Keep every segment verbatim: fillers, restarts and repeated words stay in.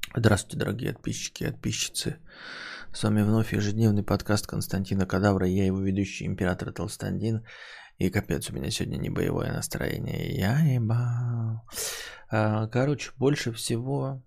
Здравствуйте, дорогие подписчики и подписчицы. С вами вновь ежедневный подкаст Константина Кадавра. Я его ведущий, император Толстандин. И капец, у меня сегодня не боевое настроение. Я ебал. А, короче, больше всего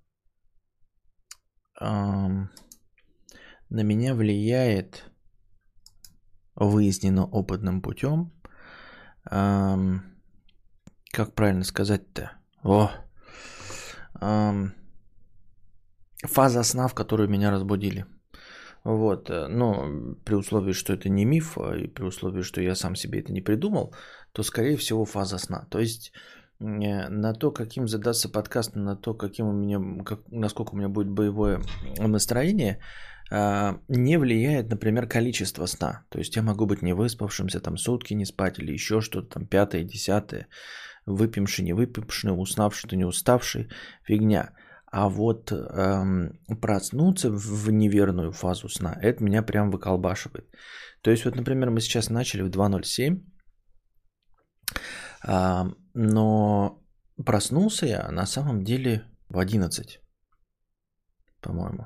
ам, на меня влияет выяснено опытным путем. Ам, как правильно сказать-то? О! Ам, фаза сна, в которую меня разбудили. Вот, но при условии, что это не миф, и при условии, что я сам себе это не придумал, то, скорее всего, фаза сна. То есть на то, каким задастся подкаст, на то, каким у меня, как, насколько у меня будет боевое настроение, не влияет, например, количество сна. То есть я могу быть не выспавшимся, там сутки не спать или еще что-то, там пятое, десятое, выпивший, не выпивший, уставший, не уставший, фигня. А вот эм, проснуться в неверную фазу сна, это меня прям выколбашивает. То есть вот, например, мы сейчас начали в два ноль семь, э, но проснулся я на самом деле в одиннадцать, по-моему.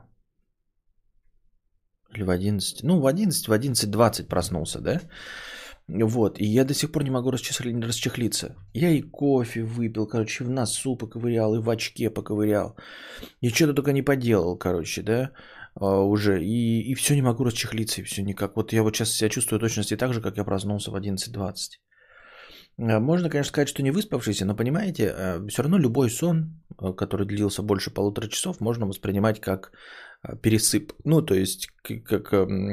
Или в одиннадцать. Ну, в одиннадцать, в одиннадцать двадцать проснулся, да? Вот, и я до сих пор не могу расчехлиться. Я и кофе выпил, короче, в носу поковырял, и в очке поковырял. И что-то только не поделал, короче, да, а, уже. И, и все не могу расчехлиться, и все никак. Вот я вот сейчас себя чувствую точности так же, как я проснулся в одиннадцать двадцать. Можно, конечно, сказать, что не выспавшийся, но, понимаете, все равно любой сон, который длился больше полутора часов, можно воспринимать как пересып. Ну, то есть, как, как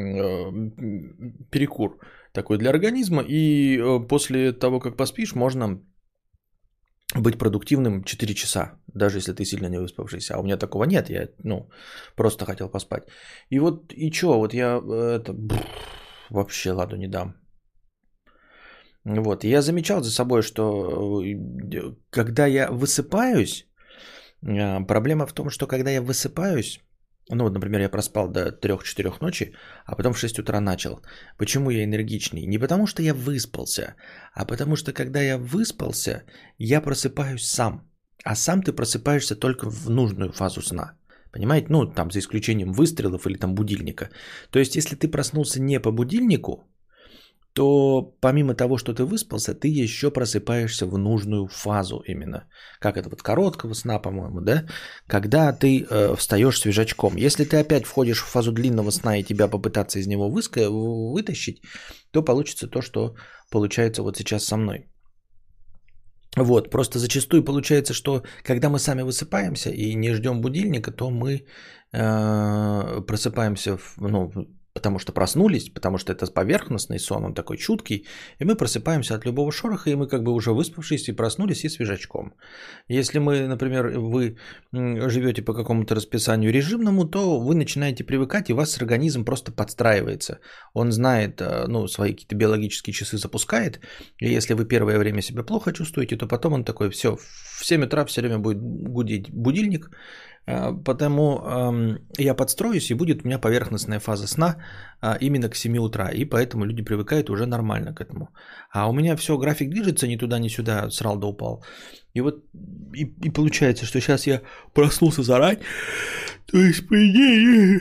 перекур такой для организма. И после того, как поспишь, можно быть продуктивным четыре часа, даже если ты сильно не выспавшийся. А у меня такого нет, я, ну, просто хотел поспать. И вот, и чё, вот я это, бррр, вообще ладу не дам. Вот, я замечал за собой, что когда я высыпаюсь, проблема в том, что когда я высыпаюсь, ну вот, например, я проспал до трех-четырех ночи, а потом в шесть утра начал. Почему я энергичный? Не потому, что я выспался, а потому, что когда я выспался, я просыпаюсь сам. А сам ты просыпаешься только в нужную фазу сна. Понимаете? Ну, там, за исключением выстрелов или там будильника. То есть, если ты проснулся не по будильнику, то помимо того, что ты выспался, ты еще просыпаешься в нужную фазу именно. Как это вот короткого сна, по-моему, да? Когда ты э, встаешь свежачком. Если ты опять входишь в фазу длинного сна и тебя попытаться из него выска- вытащить, то получится то, что получается вот сейчас со мной. Вот, просто зачастую получается, что когда мы сами высыпаемся и не ждем будильника, то мы э, просыпаемся, в, ну, потому что проснулись, потому что это поверхностный сон, он такой чуткий, и мы просыпаемся от любого шороха, и мы как бы уже выспавшись и проснулись и свежачком. Если мы, например, вы живете по какому-то расписанию режимному, то вы начинаете привыкать, и у вас организм просто подстраивается. Он знает, ну, свои какие-то биологические часы запускает, и если вы первое время себя плохо чувствуете, то потом он такой, все, в семь утра все время будет гудеть будильник, потому э, я подстроюсь, и будет у меня поверхностная фаза сна э, именно к семи утра, и поэтому люди привыкают уже нормально к этому. А у меня все, график движется ни туда, ни сюда, срал да упал. И вот и, и получается, что сейчас я проснулся заранее, то есть по идее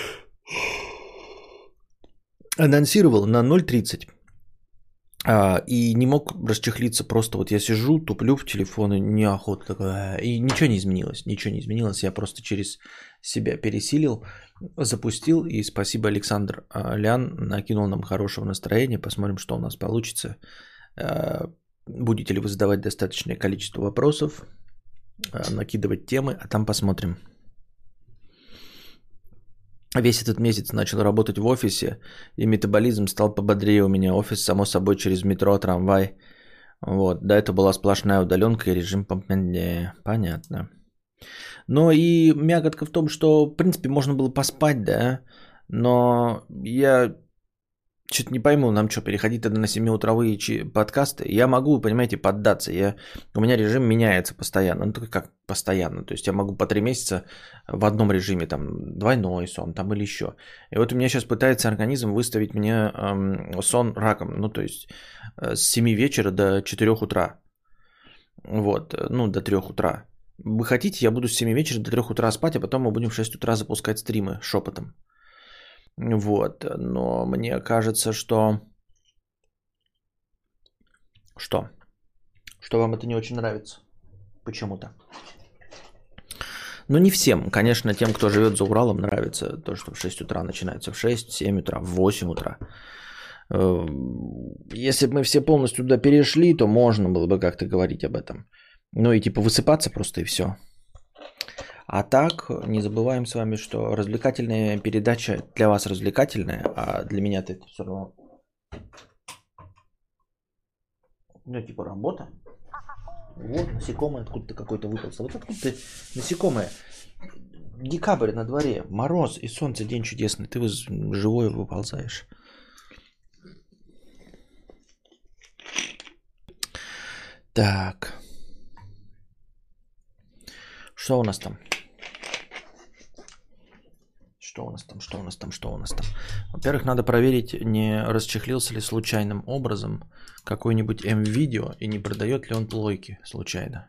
анонсировал на ноль тридцать. И не мог расчехлиться, просто вот я сижу, туплю в телефон, и неохота такая, и ничего не изменилось, ничего не изменилось, я просто через себя пересилил, запустил, и спасибо, Александр Лян накинул нам хорошего настроения, посмотрим, что у нас получится, будете ли вы задавать достаточное количество вопросов, накидывать темы, а там посмотрим. Весь этот месяц начал работать в офисе, и метаболизм стал пободрее у меня. Офис, само собой, через метро, трамвай. Вот. Да, это была сплошная удаленка и режим помедленнее. Понятно. Но и мякотка в том, что, в принципе, можно было поспать, да, но я что-то не пойму, нам что, переходить тогда на семиутровые подкасты? Я могу, понимаете, поддаться. Я, у меня режим меняется постоянно. Ну, только как постоянно. То есть я могу по три месяца в одном режиме, там, двойной сон, там, или еще. И вот у меня сейчас пытается организм выставить мне эм, сон раком. Ну, то есть э, с семи вечера до четырех утра. Вот, ну, до трех утра. Вы хотите, я буду с семи вечера до трёх утра спать, а потом мы будем в шесть утра запускать стримы шепотом. Вот, но мне кажется, что... Что? Что вам это не очень нравится. Почему-то. Но не всем. Конечно, тем, кто живет за Уралом, нравится то, что в шесть утра начинается. В шесть, семь утра, в восемь утра. Если бы мы все полностью туда перешли, то можно было бы как-то говорить об этом. Ну и типа высыпаться просто и все. А так, не забываем с вами, что развлекательная передача для вас развлекательная, а для меня-то это все равно... Ну, типа работа. Вот насекомое откуда-то какой-то выползло. Вот откуда-то насекомое. Декабрь на дворе, мороз и солнце, день чудесный. Ты живое выползаешь. Так. Что у нас там? Что у нас там? Что у нас там? Что у нас там? Во-первых, надо проверить, не расчехлился ли случайным образом какой-нибудь М-видео и не продает ли он плойки случайно.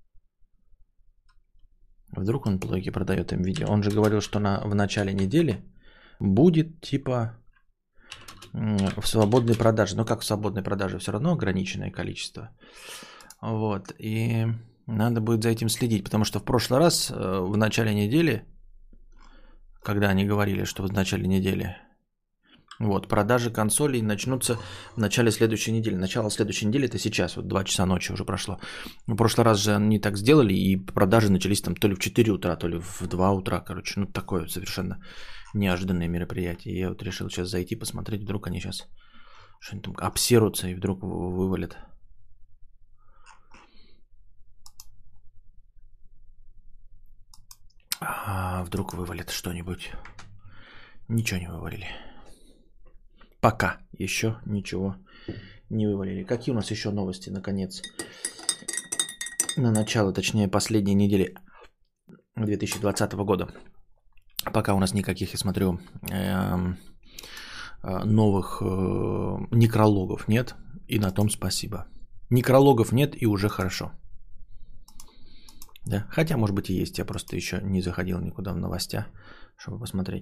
Вдруг он плойки продает М-видео. Он же говорил, что на, в начале недели будет типа в свободной продаже. Но как в свободной продаже? Все равно ограниченное количество. Вот. И надо будет за этим следить. Потому что в прошлый раз, в начале недели, когда они говорили, что в начале недели, вот, продажи консолей начнутся в начале следующей недели. Начало следующей недели это сейчас, вот два часа ночи уже прошло. В прошлый раз же они так сделали, и продажи начались там то ли в четыре утра, то ли в два утра, короче. Ну, такое совершенно неожиданное мероприятие. И я вот решил сейчас зайти, посмотреть, вдруг они сейчас что-нибудь там обсерутся и вдруг вывалят. А вдруг вывалят что-нибудь. Ничего не вывалили. Пока еще ничего не вывалили. Какие у нас еще новости, наконец? На начало, точнее, последней недели две тысячи двадцатого года. Пока у нас никаких, я смотрю, новых некрологов нет. И на том спасибо. Некрологов нет и уже хорошо. Да? Хотя, может быть, и есть. Я просто еще не заходил никуда в новостях, чтобы посмотреть.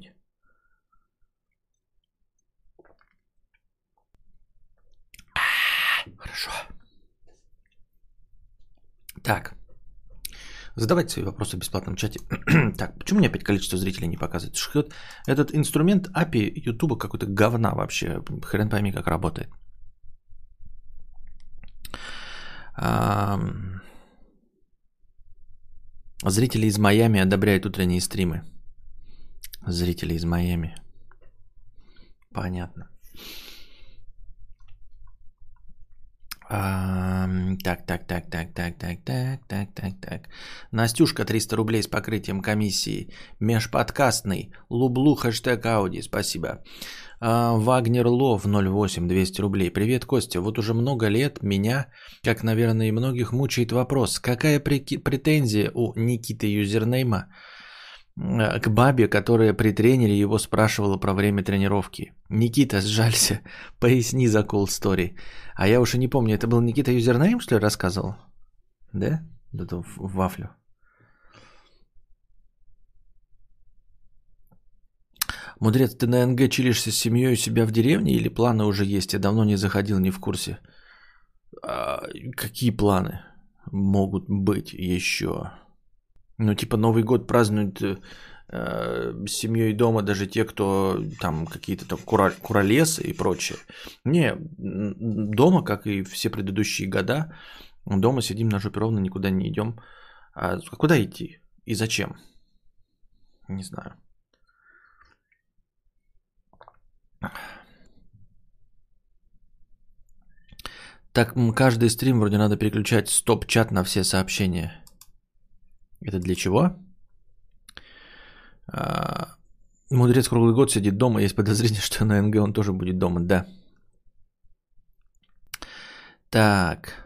Хорошо. Так. Задавайте свои вопросы в бесплатном чате. Так, почему мне опять количество зрителей не показывает? Что этот инструмент эй пи ай Ютуба какой-то говна вообще. Хрен пойми, как работает. А... Зрители из Майами одобряют утренние стримы. Зрители из Майами. Понятно. А, так, так, так, так, так, так, так, так, так, так. Настюшка, триста рублей с покрытием комиссии. Межподкастный. Лублу, хэштег Ауди. Спасибо. А, Вагнер Лов, ноль восемь, двести рублей. Привет, Костя. Вот уже много лет меня, как, наверное, и многих, мучает вопрос. Какая претензия у Никиты юзернейма к бабе, которая при тренере его спрашивала про время тренировки? Никита, сжалься, поясни за cool story. А я уж и не помню, это был Никита юзернейм, что ли, рассказывал? Да? Это в вафлю. Мудрец, ты на эн гэ чилишься с семьей у себя в деревне или планы уже есть? Я давно не заходил, не в курсе. А какие планы могут быть еще? Ну, типа Новый год празднуют э, с семьей дома даже те, кто там какие-то там кура- куролесы и прочее. Не, дома, как и все предыдущие года, дома сидим на жопе ровно, никуда не идем. А куда идти и зачем? Не знаю. Так, каждый стрим вроде надо переключать стоп-чат на все сообщения. Это для чего? А, мудрец круглый год сидит дома. Есть подозрение, что на эн гэ он тоже будет дома. Да. Так.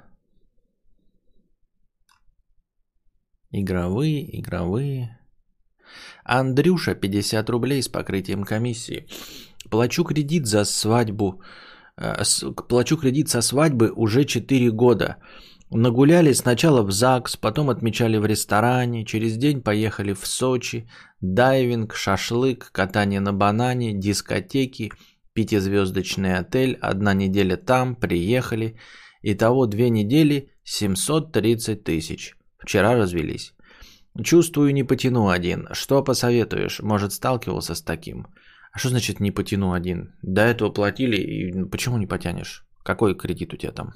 Игровые, игровые. Андрюша, пятьдесят рублей с покрытием комиссии. Плачу кредит за свадьбу. Плачу кредит со свадьбы уже четыре года. Нагуляли сначала в ЗАГС, потом отмечали в ресторане, через день поехали в Сочи, дайвинг, шашлык, катание на банане, дискотеки, пятизвездочный отель, одна неделя там, приехали. Итого две недели, семьсот тридцать тысяч. Вчера развелись. Чувствую, не потяну один. Что посоветуешь? Может, сталкивался с таким? А что значит не потяну один? До этого платили, и почему не потянешь? Какой кредит у тебя там?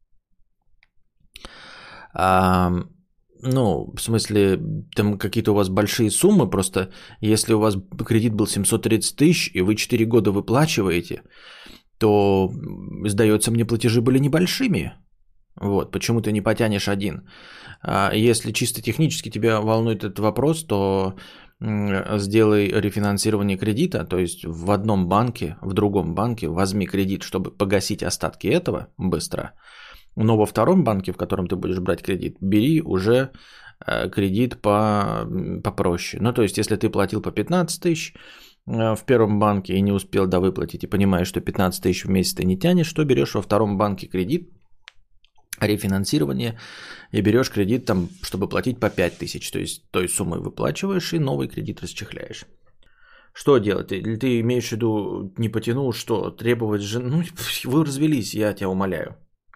А, ну, в смысле, там какие-то у вас большие суммы, просто если у вас кредит был семьсот тридцать тысяч, и вы четыре года выплачиваете, то, сдается мне, платежи были небольшими. Вот, почему ты не потянешь один? А если чисто технически тебя волнует этот вопрос, то сделай рефинансирование кредита, то есть в одном банке, в другом банке возьми кредит, чтобы погасить остатки этого быстро. Но во втором банке, в котором ты будешь брать кредит, бери уже кредит по, попроще. Ну, то есть, если ты платил по пятнадцать тысяч в первом банке и не успел довыплатить, и понимаешь, что пятнадцать тысяч в месяц ты не тянешь, то берешь во втором банке кредит, рефинансирование, и берешь кредит, там, чтобы платить по пять тысяч. То есть, той суммой выплачиваешь и новый кредит расчехляешь. Что делать? Или ты имеешь в виду, не потянул, что требовать же... Ну, вы развелись, я тебя умоляю.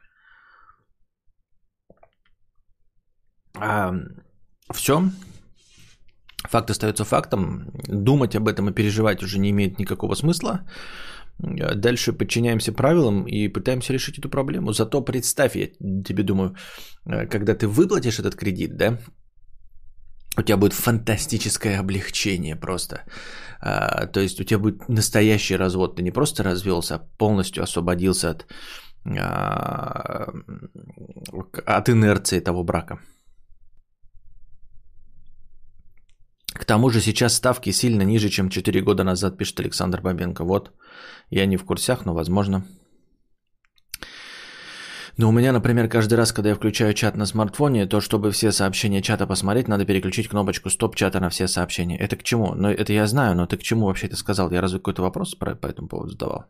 А, все. Факт остается фактом. Думать об этом и переживать уже не имеет никакого смысла. Дальше подчиняемся правилам и пытаемся решить эту проблему. Зато представь, я тебе думаю, когда ты выплатишь этот кредит, да, у тебя будет фантастическое облегчение просто. А, то есть у тебя будет настоящий развод. Ты не просто развелся, а полностью освободился от, а, от инерции того брака. К тому же сейчас ставки сильно ниже, чем четыре года назад, пишет Александр Бабенко. Вот, я не в курсах, но возможно. Но у меня, например, каждый раз, когда я включаю чат на смартфоне, то чтобы все сообщения чата посмотреть, надо переключить кнопочку «Стоп чата» на все сообщения. Это к чему? Ну, это я знаю, но ты к чему вообще это сказал? Я разве какой-то вопрос по этому поводу задавал?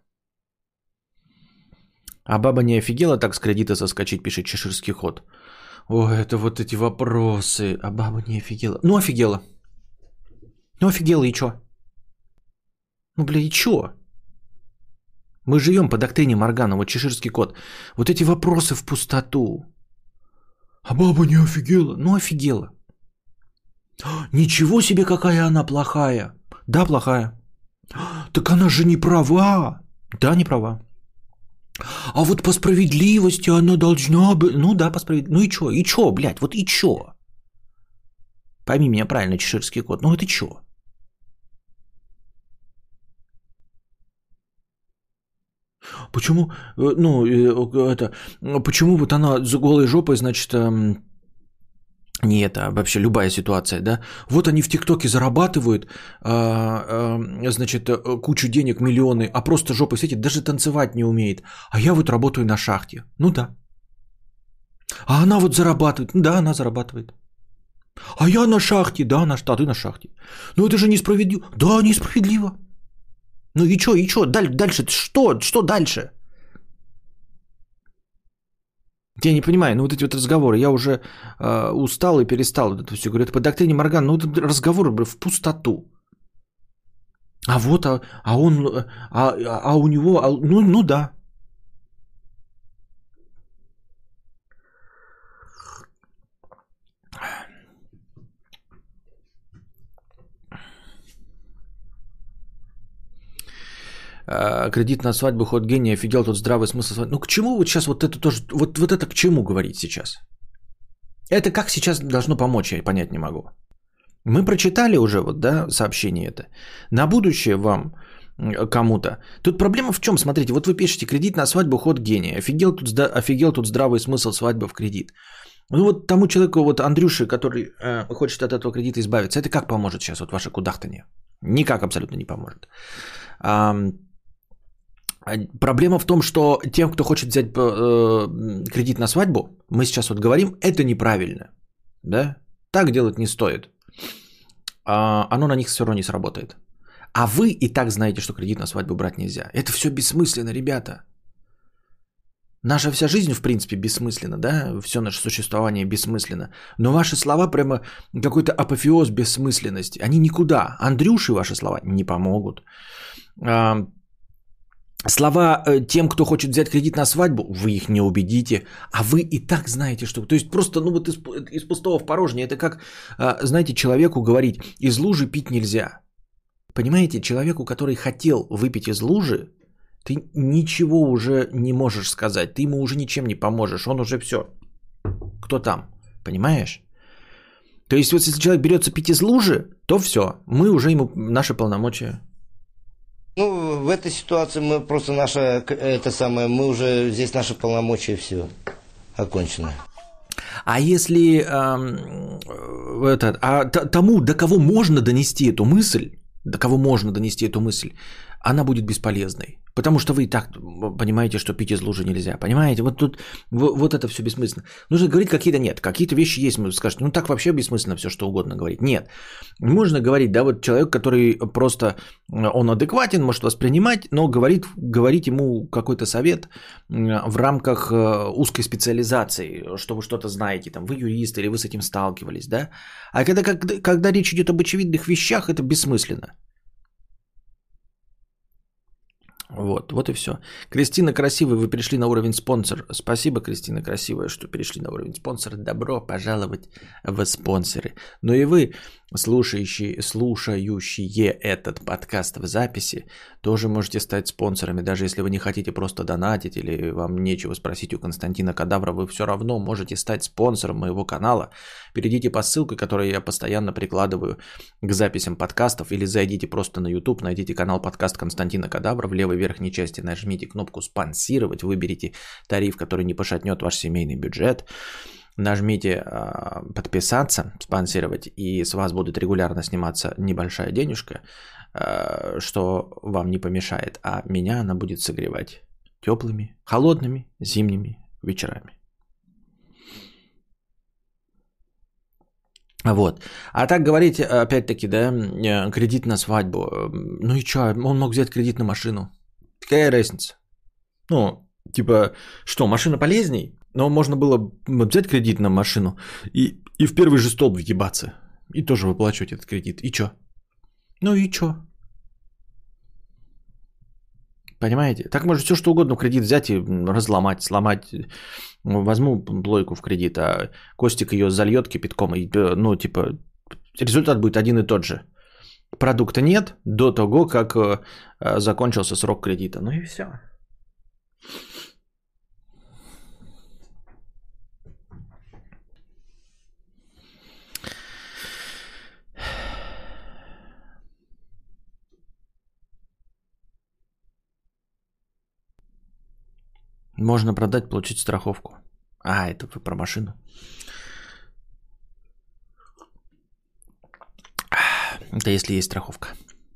А баба не офигела так с кредита соскочить, пишет Чеширский ход. Ой, это вот эти вопросы. А баба не офигела. Ну, офигела. Ну, офигела, и чё? Ну, бля, и чё? Мы живем по доктрине Моргана, вот чеширский кот. Вот эти вопросы в пустоту. А баба не офигела? Ну, офигела. Ничего себе, какая она плохая. Да, плохая. Так она же не права. Да, не права. А вот по справедливости она должна быть... Ну да, по справедливости. Ну и чё? И чё, блядь, вот и чё? Пойми меня правильно, чеширский кот. Ну это чё? Почему, ну, это, почему вот она за голой жопой, значит, не это, вообще любая ситуация, да? Вот они в ТикТоке зарабатывают, значит, кучу денег, миллионы, а просто жопой светит, даже танцевать не умеет. А я вот работаю на шахте. Ну да. А она вот зарабатывает. Да, она зарабатывает. А я на шахте. Да, на штаты на шахте. Ну это же несправедливо. Да, несправедливо. Ну и чё, и чё? Дальше что? Что дальше? Я не понимаю, ну вот эти вот разговоры, я уже э, устал и перестал вот это все. Говорю, это по доктрине Моргана, ну это разговоры в пустоту. А вот, а, а он, а, а у него, а, ну, ну да. Кредит на свадьбу, ход гения, офигел, тут здравый смысл свадьбы. Ну к чему вот сейчас вот это тоже, вот, вот это к чему говорить сейчас? Это как сейчас должно помочь, я понять не могу. Мы прочитали уже вот, да, сообщение это. На будущее вам кому-то. Тут проблема в чем? Смотрите, вот вы пишете кредит на свадьбу, ход гения. Офигел тут, офигел тут здравый смысл свадьбы в кредит. Ну вот тому человеку, вот Андрюше, который э, хочет от этого кредита избавиться, это как поможет сейчас вот ваше кудахтанье? Никак абсолютно не поможет. А, проблема в том, что тем, кто хочет взять э, кредит на свадьбу, мы сейчас вот говорим, это неправильно. Да? Так делать не стоит. А, оно на них все равно не сработает. А вы и так знаете, что кредит на свадьбу брать нельзя. Это все бессмысленно, ребята. Наша вся жизнь, в принципе, бессмысленна, да? Все наше существование бессмысленно. Но ваши слова прямо какой-то апофеоз бессмысленности. Они никуда. Андрюши ваши слова не помогут. А, слова тем, кто хочет взять кредит на свадьбу, вы их не убедите. А вы и так знаете, что... То есть просто, ну вот из, из пустого в порожнее. Это как, знаете, человеку говорить, из лужи пить нельзя. Понимаете, человеку, который хотел выпить из лужи, ты ничего уже не можешь сказать, ты ему уже ничем не поможешь, он уже все. Кто там? Понимаешь? То есть, вот если человек берется пить из лужи, то все, мы уже ему наши полномочия. Ну, в этой ситуации мы просто наше, это самое, мы уже, здесь наши полномочия, все, окончено. А если эм, это, а т- тому, до кого можно донести эту мысль, до кого можно донести эту мысль, она будет бесполезной. Потому что вы и так понимаете, что пить из лужи нельзя. Понимаете? Вот тут вот, вот это все бессмысленно. Нужно говорить какие-то нет. Какие-то вещи есть. Мы скажете, ну так вообще бессмысленно все, что угодно говорить. Нет. Можно говорить, да, вот человек, который просто, он адекватен, может воспринимать, но говорит, говорить ему какой-то совет в рамках узкой специализации, что вы что-то знаете, там, вы юрист или вы с этим сталкивались, да. А когда, когда, когда речь идет об очевидных вещах, это бессмысленно. Вот, вот и все. Кристина Красивая, вы перешли на уровень спонсор. Спасибо, Кристина Красивая, что перешли на уровень спонсора. Добро пожаловать в спонсоры. Но и вы, слушающие, слушающие этот подкаст в записи, тоже можете стать спонсорами. Даже если вы не хотите просто донатить или вам нечего спросить у Константина Кадавра, вы все равно можете стать спонсором моего канала. Перейдите по ссылке, которую я постоянно прикладываю к записям подкастов, или зайдите просто на YouTube, найдите канал подкаст Константина Кадавра, в левой верхней части нажмите кнопку «Спонсировать», выберите тариф, который не пошатнет ваш семейный бюджет, нажмите «Подписаться», «Спонсировать», и с вас будет регулярно сниматься небольшая денежка, что вам не помешает, а меня она будет согревать теплыми, холодными зимними вечерами. Вот. А так говорить, опять-таки, да, кредит на свадьбу. Ну и что, он мог взять кредит на машину. Какая разница? Ну, типа, что, машина полезней? Но можно было взять кредит на машину и, и в первый же столб въебаться. И тоже выплачивать этот кредит. И что? Ну и что? Понимаете? Так можно все что угодно в кредит взять и разломать, сломать. Возьму плойку в кредит, а Костик ее зальет кипятком. И, ну, типа, результат будет один и тот же. Продукта нет до того, как закончился срок кредита. Ну и все. Можно продать, получить страховку. А, это вы про машину. Это если есть страховка.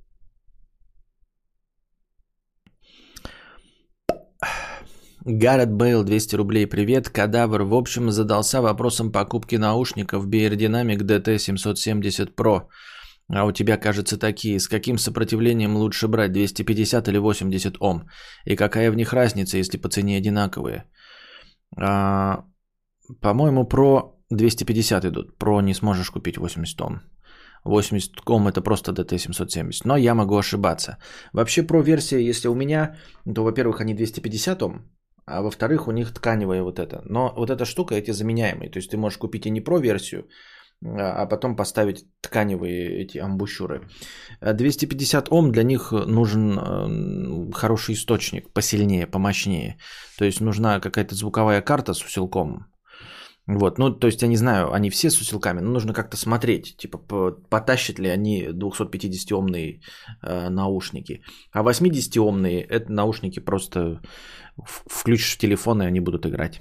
Гаррет Бейл, двести рублей, привет. Кадавр, в общем, задался вопросом покупки наушников Beyerdynamic ди ти семьсот семьдесят Pro. А у тебя, кажется, такие. С каким сопротивлением лучше брать, двести пятьдесят или восемьдесят Ом? И какая в них разница, если по цене одинаковые? А, по-моему, Pro двести пятьдесят идут. Pro не сможешь купить восемьдесят Ом. восемьдесят Ом это просто ди ти семьсот семьдесят. Но я могу ошибаться. Вообще Pro версия, если у меня, то, во-первых, они двести пятьдесят Ом, а во-вторых, у них тканевая вот эта. Но вот эта штука, эти заменяемые. То есть ты можешь купить и не Pro версию, а потом поставить тканевые эти амбушюры. двести пятьдесят Ом, для них нужен хороший источник, посильнее, помощнее. То есть нужна какая-то звуковая карта с усилком. Вот, ну, то есть я не знаю, они все с усилками, но нужно как-то смотреть, типа, потащат ли они двухсотпятидесятиомные э, наушники. А восьмидесятиомные это наушники просто включишь телефон, и они будут играть.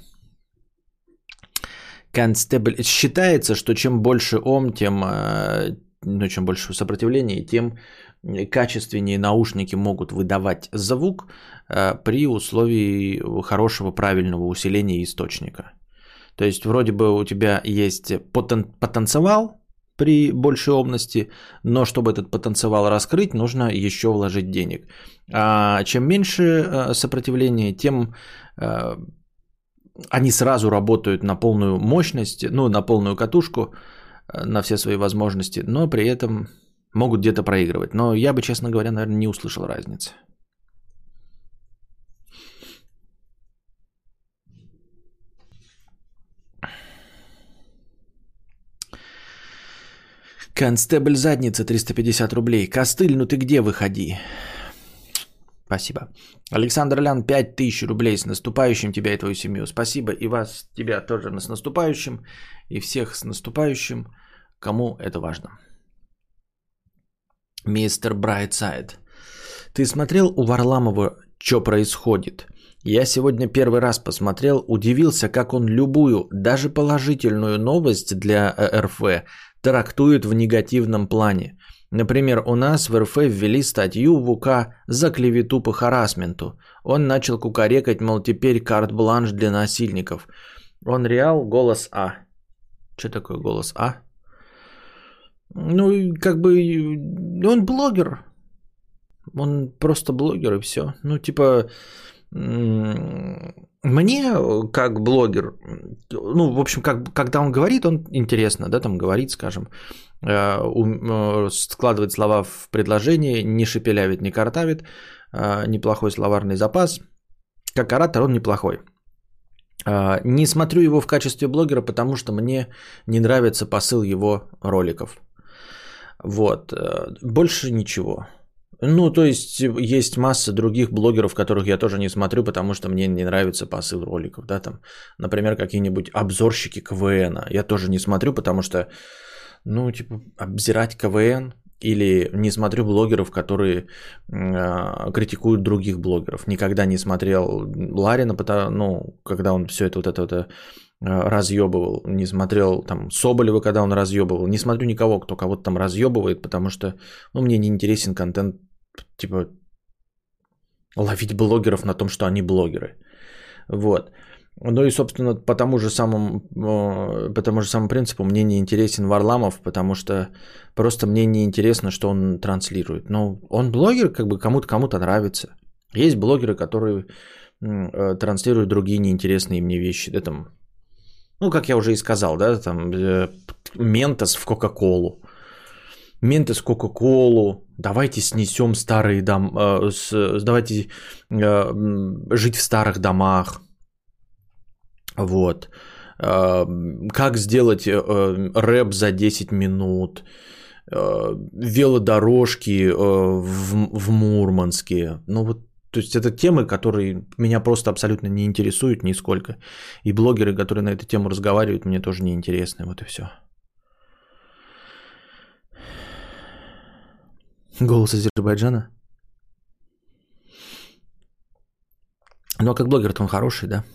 Констебль. Считается, что чем больше Ом, тем, ну, чем больше сопротивления, тем качественнее наушники могут выдавать звук при условии хорошего, правильного усиления источника. То есть вроде бы у тебя есть потен, потенциал при большей омности, но чтобы этот потенциал раскрыть, нужно еще вложить денег. А чем меньше сопротивление, тем они сразу работают на полную мощность, ну, на полную катушку, на все свои возможности, но при этом могут где-то проигрывать. Но я бы, честно говоря, наверное, не услышал разницы. Констебль задница триста пятьдесят рублей. Костыль, ну ты где, выходи? Спасибо. Александр Лян, пять тысяч рублей. С наступающим тебя и твою семью. Спасибо. И вас, тебя тоже с наступающим. И всех с наступающим, кому это важно. Мистер Брайтсайд. Ты смотрел у Варламова «Что происходит»? Я сегодня первый раз посмотрел, удивился, как он любую, даже положительную новость для РФ трактует в негативном плане. Например, у нас в РФ ввели статью в УК за клевету по харассменту. Он начал кукарекать, мол, теперь карт-бланш для насильников. Он реал, голос А. Что такое голос А? Ну, как бы, он блогер. Он просто блогер и все. Ну, типа, мне, как блогер, ну, в общем, как, когда он говорит, он интересно, да, там говорит, скажем, складывает слова в предложение, не шепелявит, не картавит, неплохой словарный запас. Как оратор он неплохой. Не смотрю его в качестве блогера, потому что мне не нравится посыл его роликов. Вот. Больше ничего. Ну, то есть, есть масса других блогеров, которых я тоже не смотрю, потому что мне не нравится посыл роликов, да, там, например, какие-нибудь обзорщики КВНа. Я тоже не смотрю, потому что, ну, типа, обзирать КВН, или не смотрю блогеров, которые э, критикуют других блогеров. Никогда не смотрел Ларина, потому, ну, когда он все это вот это, вот это разъебывал, не смотрел там Соболева, когда он разъебывал, не смотрю никого, кто кого-то там разъебывает, потому что, ну, мне не интересен контент, типа, ловить блогеров на том, что они блогеры. Вот. Ну и, собственно, по тому же самому, по тому же самому принципу мне не интересен Варламов, потому что просто мне не интересно, что он транслирует. Но он блогер, как бы кому-то кому-то нравится. Есть блогеры, которые транслируют другие неинтересные мне вещи, да, там. Ну, как я уже и сказал, да, там, э, Ментос в Кока-Колу. Ментос в Кока-Колу. Давайте снесем старые дома, э, с, давайте э, жить в старых домах. Вот. Э, как сделать э, рэп за десять минут. Э, велодорожки э, в, в Мурманске. Ну, вот. То есть это темы, которые меня просто абсолютно не интересуют нисколько. И блогеры, которые на эту тему разговаривают, мне тоже не интересны. Вот и все. Голос Азербайджана. Ну а как блогер-то он хороший, да?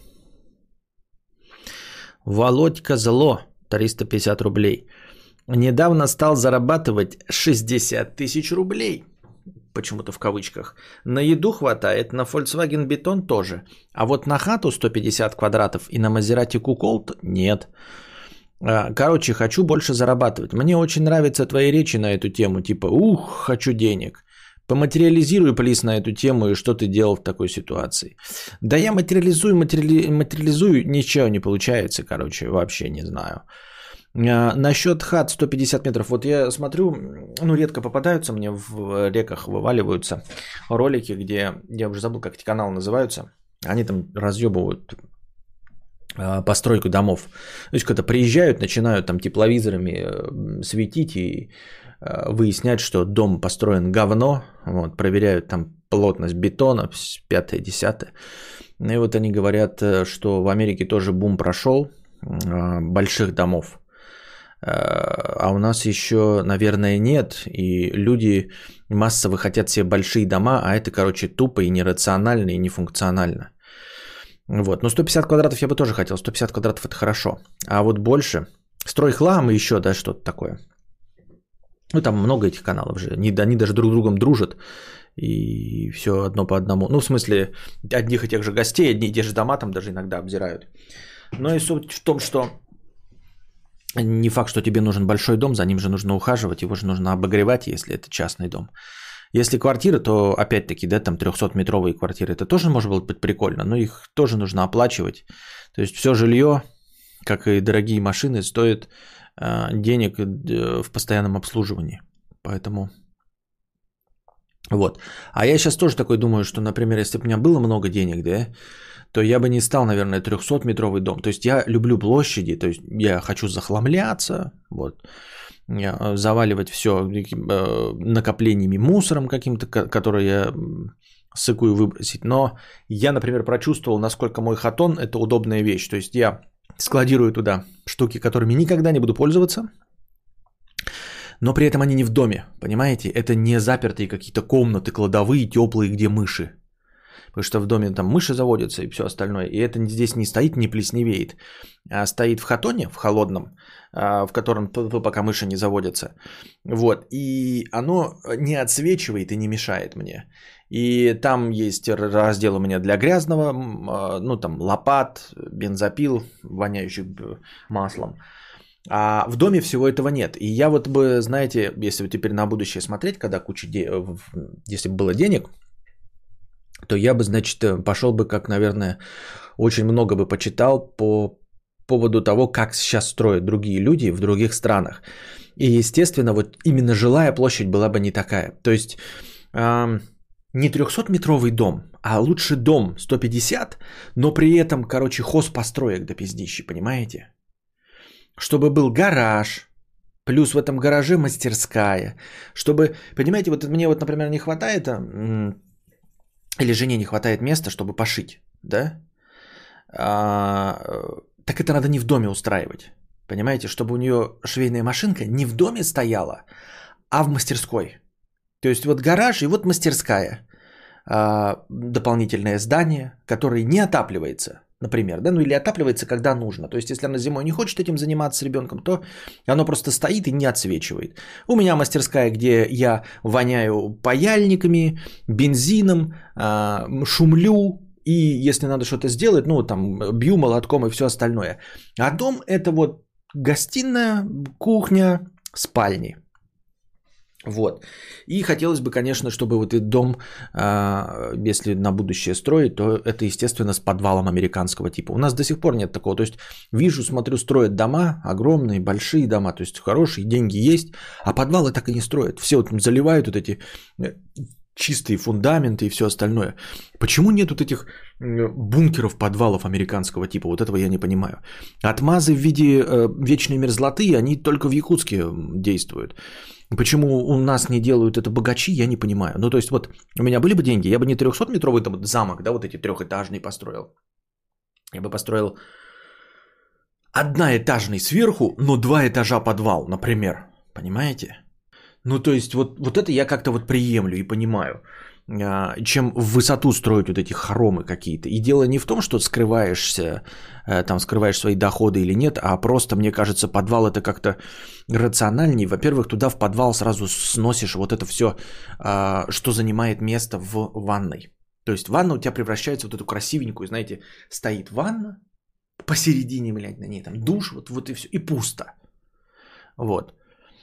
Володька Зло, триста пятьдесят рублей. Недавно стал зарабатывать шестьдесят тысяч рублей. Почему-то в кавычках. На еду хватает, на Volkswagen Beton тоже. А вот на хату сто пятьдесят квадратов и на Maserati Куколт нет. Короче, хочу больше зарабатывать. Мне очень нравятся твои речи на эту тему. Типа, ух, хочу денег. Поматериализируй, плиз, на эту тему и что ты делал в такой ситуации. Да я материализую, материали... материализую, ничего не получается, короче, вообще не знаю. Насчет хат сто пятьдесят метров. Вот я смотрю, ну редко попадаются мне в реках, вываливаются ролики, где, я уже забыл, как эти каналы называются. Они там разъебывают постройку домов. То есть, когда приезжают, начинают там тепловизорами светить и выяснять, что дом построен говно. Вот, проверяют там плотность бетона, пятое, десятое. И вот они говорят, что в Америке тоже бум прошел больших домов. А у нас еще, наверное, нет. И люди массово хотят себе большие дома, а это, короче, тупо и нерационально, и нефункционально. Вот. Но сто пятьдесят квадратов я бы тоже хотел. сто пятьдесят квадратов это хорошо. А вот больше. Стройхлам и еще, да, что-то такое. Ну, там много этих каналов же. Они, они даже друг с другом дружат. И все одно по одному. Ну, в смысле, одних и тех же гостей, одни и те же дома там даже иногда обзирают. Но и суть в том, что не факт, что тебе нужен большой дом, за ним же нужно ухаживать, его же нужно обогревать, если это частный дом. Если квартира, то опять-таки, да, там трехсотметровые квартиры, это тоже может быть прикольно, но их тоже нужно оплачивать. То есть все жилье, как и дорогие машины, стоит э, денег э, в постоянном обслуживании. Поэтому вот. А я сейчас тоже такой думаю, что, например, если бы у меня было много денег, да, то я бы не стал, наверное, трехсотметровый дом. То есть я люблю площади, то есть я хочу захламляться, вот, заваливать все накоплениями мусором каким-то, который я сыкую выбросить. Но я, например, прочувствовал, насколько мой хатон – это удобная вещь. То есть я складирую туда штуки, которыми никогда не буду пользоваться, но при этом они не в доме, понимаете? Это не запертые какие-то комнаты, кладовые, теплые, где мыши. Потому что в доме там мыши заводятся и все остальное. И это здесь не стоит, не плесневеет. А стоит в хатоне, в холодном, в котором пока мыши не заводятся. Вот. И оно не отсвечивает и не мешает мне. И там есть раздел у меня для грязного. Ну там лопат, бензопил, воняющий маслом. А в доме всего этого нет. И я вот бы, знаете, если теперь на будущее смотреть, когда куча денег, если бы было денег, то я бы, значит, пошел бы, как, наверное, очень много бы почитал по поводу того, как сейчас строят другие люди в других странах. И, естественно, вот именно жилая площадь была бы не такая. То есть э, не трехсотметровый дом, а лучше дом сто пятьдесят, но при этом, короче, хозпостроек до пиздищи, понимаете? Чтобы был гараж, плюс в этом гараже мастерская. Чтобы, понимаете, вот мне вот, например, не хватает... Или жене не хватает места, чтобы пошить, да? А, так это надо не в доме устраивать, понимаете? Чтобы у нее швейная машинка не в доме стояла, а в мастерской. То есть вот гараж и вот мастерская. А, дополнительное здание, которое не отапливается, например, да? Ну или отапливается, когда нужно. То есть если она зимой не хочет этим заниматься с ребенком, то оно просто стоит и не отсвечивает. У меня мастерская, где я воняю паяльниками, бензином, шумлю, и если надо что-то сделать, ну там бью молотком и все остальное. А дом это вот гостиная, кухня, спальни. Вот. И хотелось бы, конечно, чтобы вот этот дом, если на будущее строить, то это, естественно, с подвалом американского типа. У нас до сих пор нет такого. То есть вижу, смотрю, строят дома, огромные, большие дома, то есть хорошие, деньги есть, а подвалы так и не строят. Все вот заливают вот эти чистые фундаменты и все остальное. Почему нет вот этих бункеров, подвалов американского типа? Вот этого я не понимаю. Отмазы в виде вечной мерзлоты, они только в Якутске действуют. Почему у нас не делают это богачи, я не понимаю. Ну, то есть, вот у меня были бы деньги, я бы не трехсотметровый там замок, да, вот эти трехэтажный построил. Я бы построил одноэтажный сверху, но два этажа подвал, например. Понимаете? Ну, то есть, вот, вот это я как-то вот приемлю и понимаю. Чем в высоту строить вот эти хоромы какие-то. И дело не в том, что скрываешься, там скрываешь свои доходы или нет, а просто, мне кажется, подвал это как-то рациональнее. Во-первых, туда в подвал сразу сносишь вот это все, что занимает место в ванной. То есть ванна у тебя превращается в вот эту красивенькую, знаете, стоит ванна, посередине, блядь, на ней там душ, вот, вот и все, и пусто. Вот.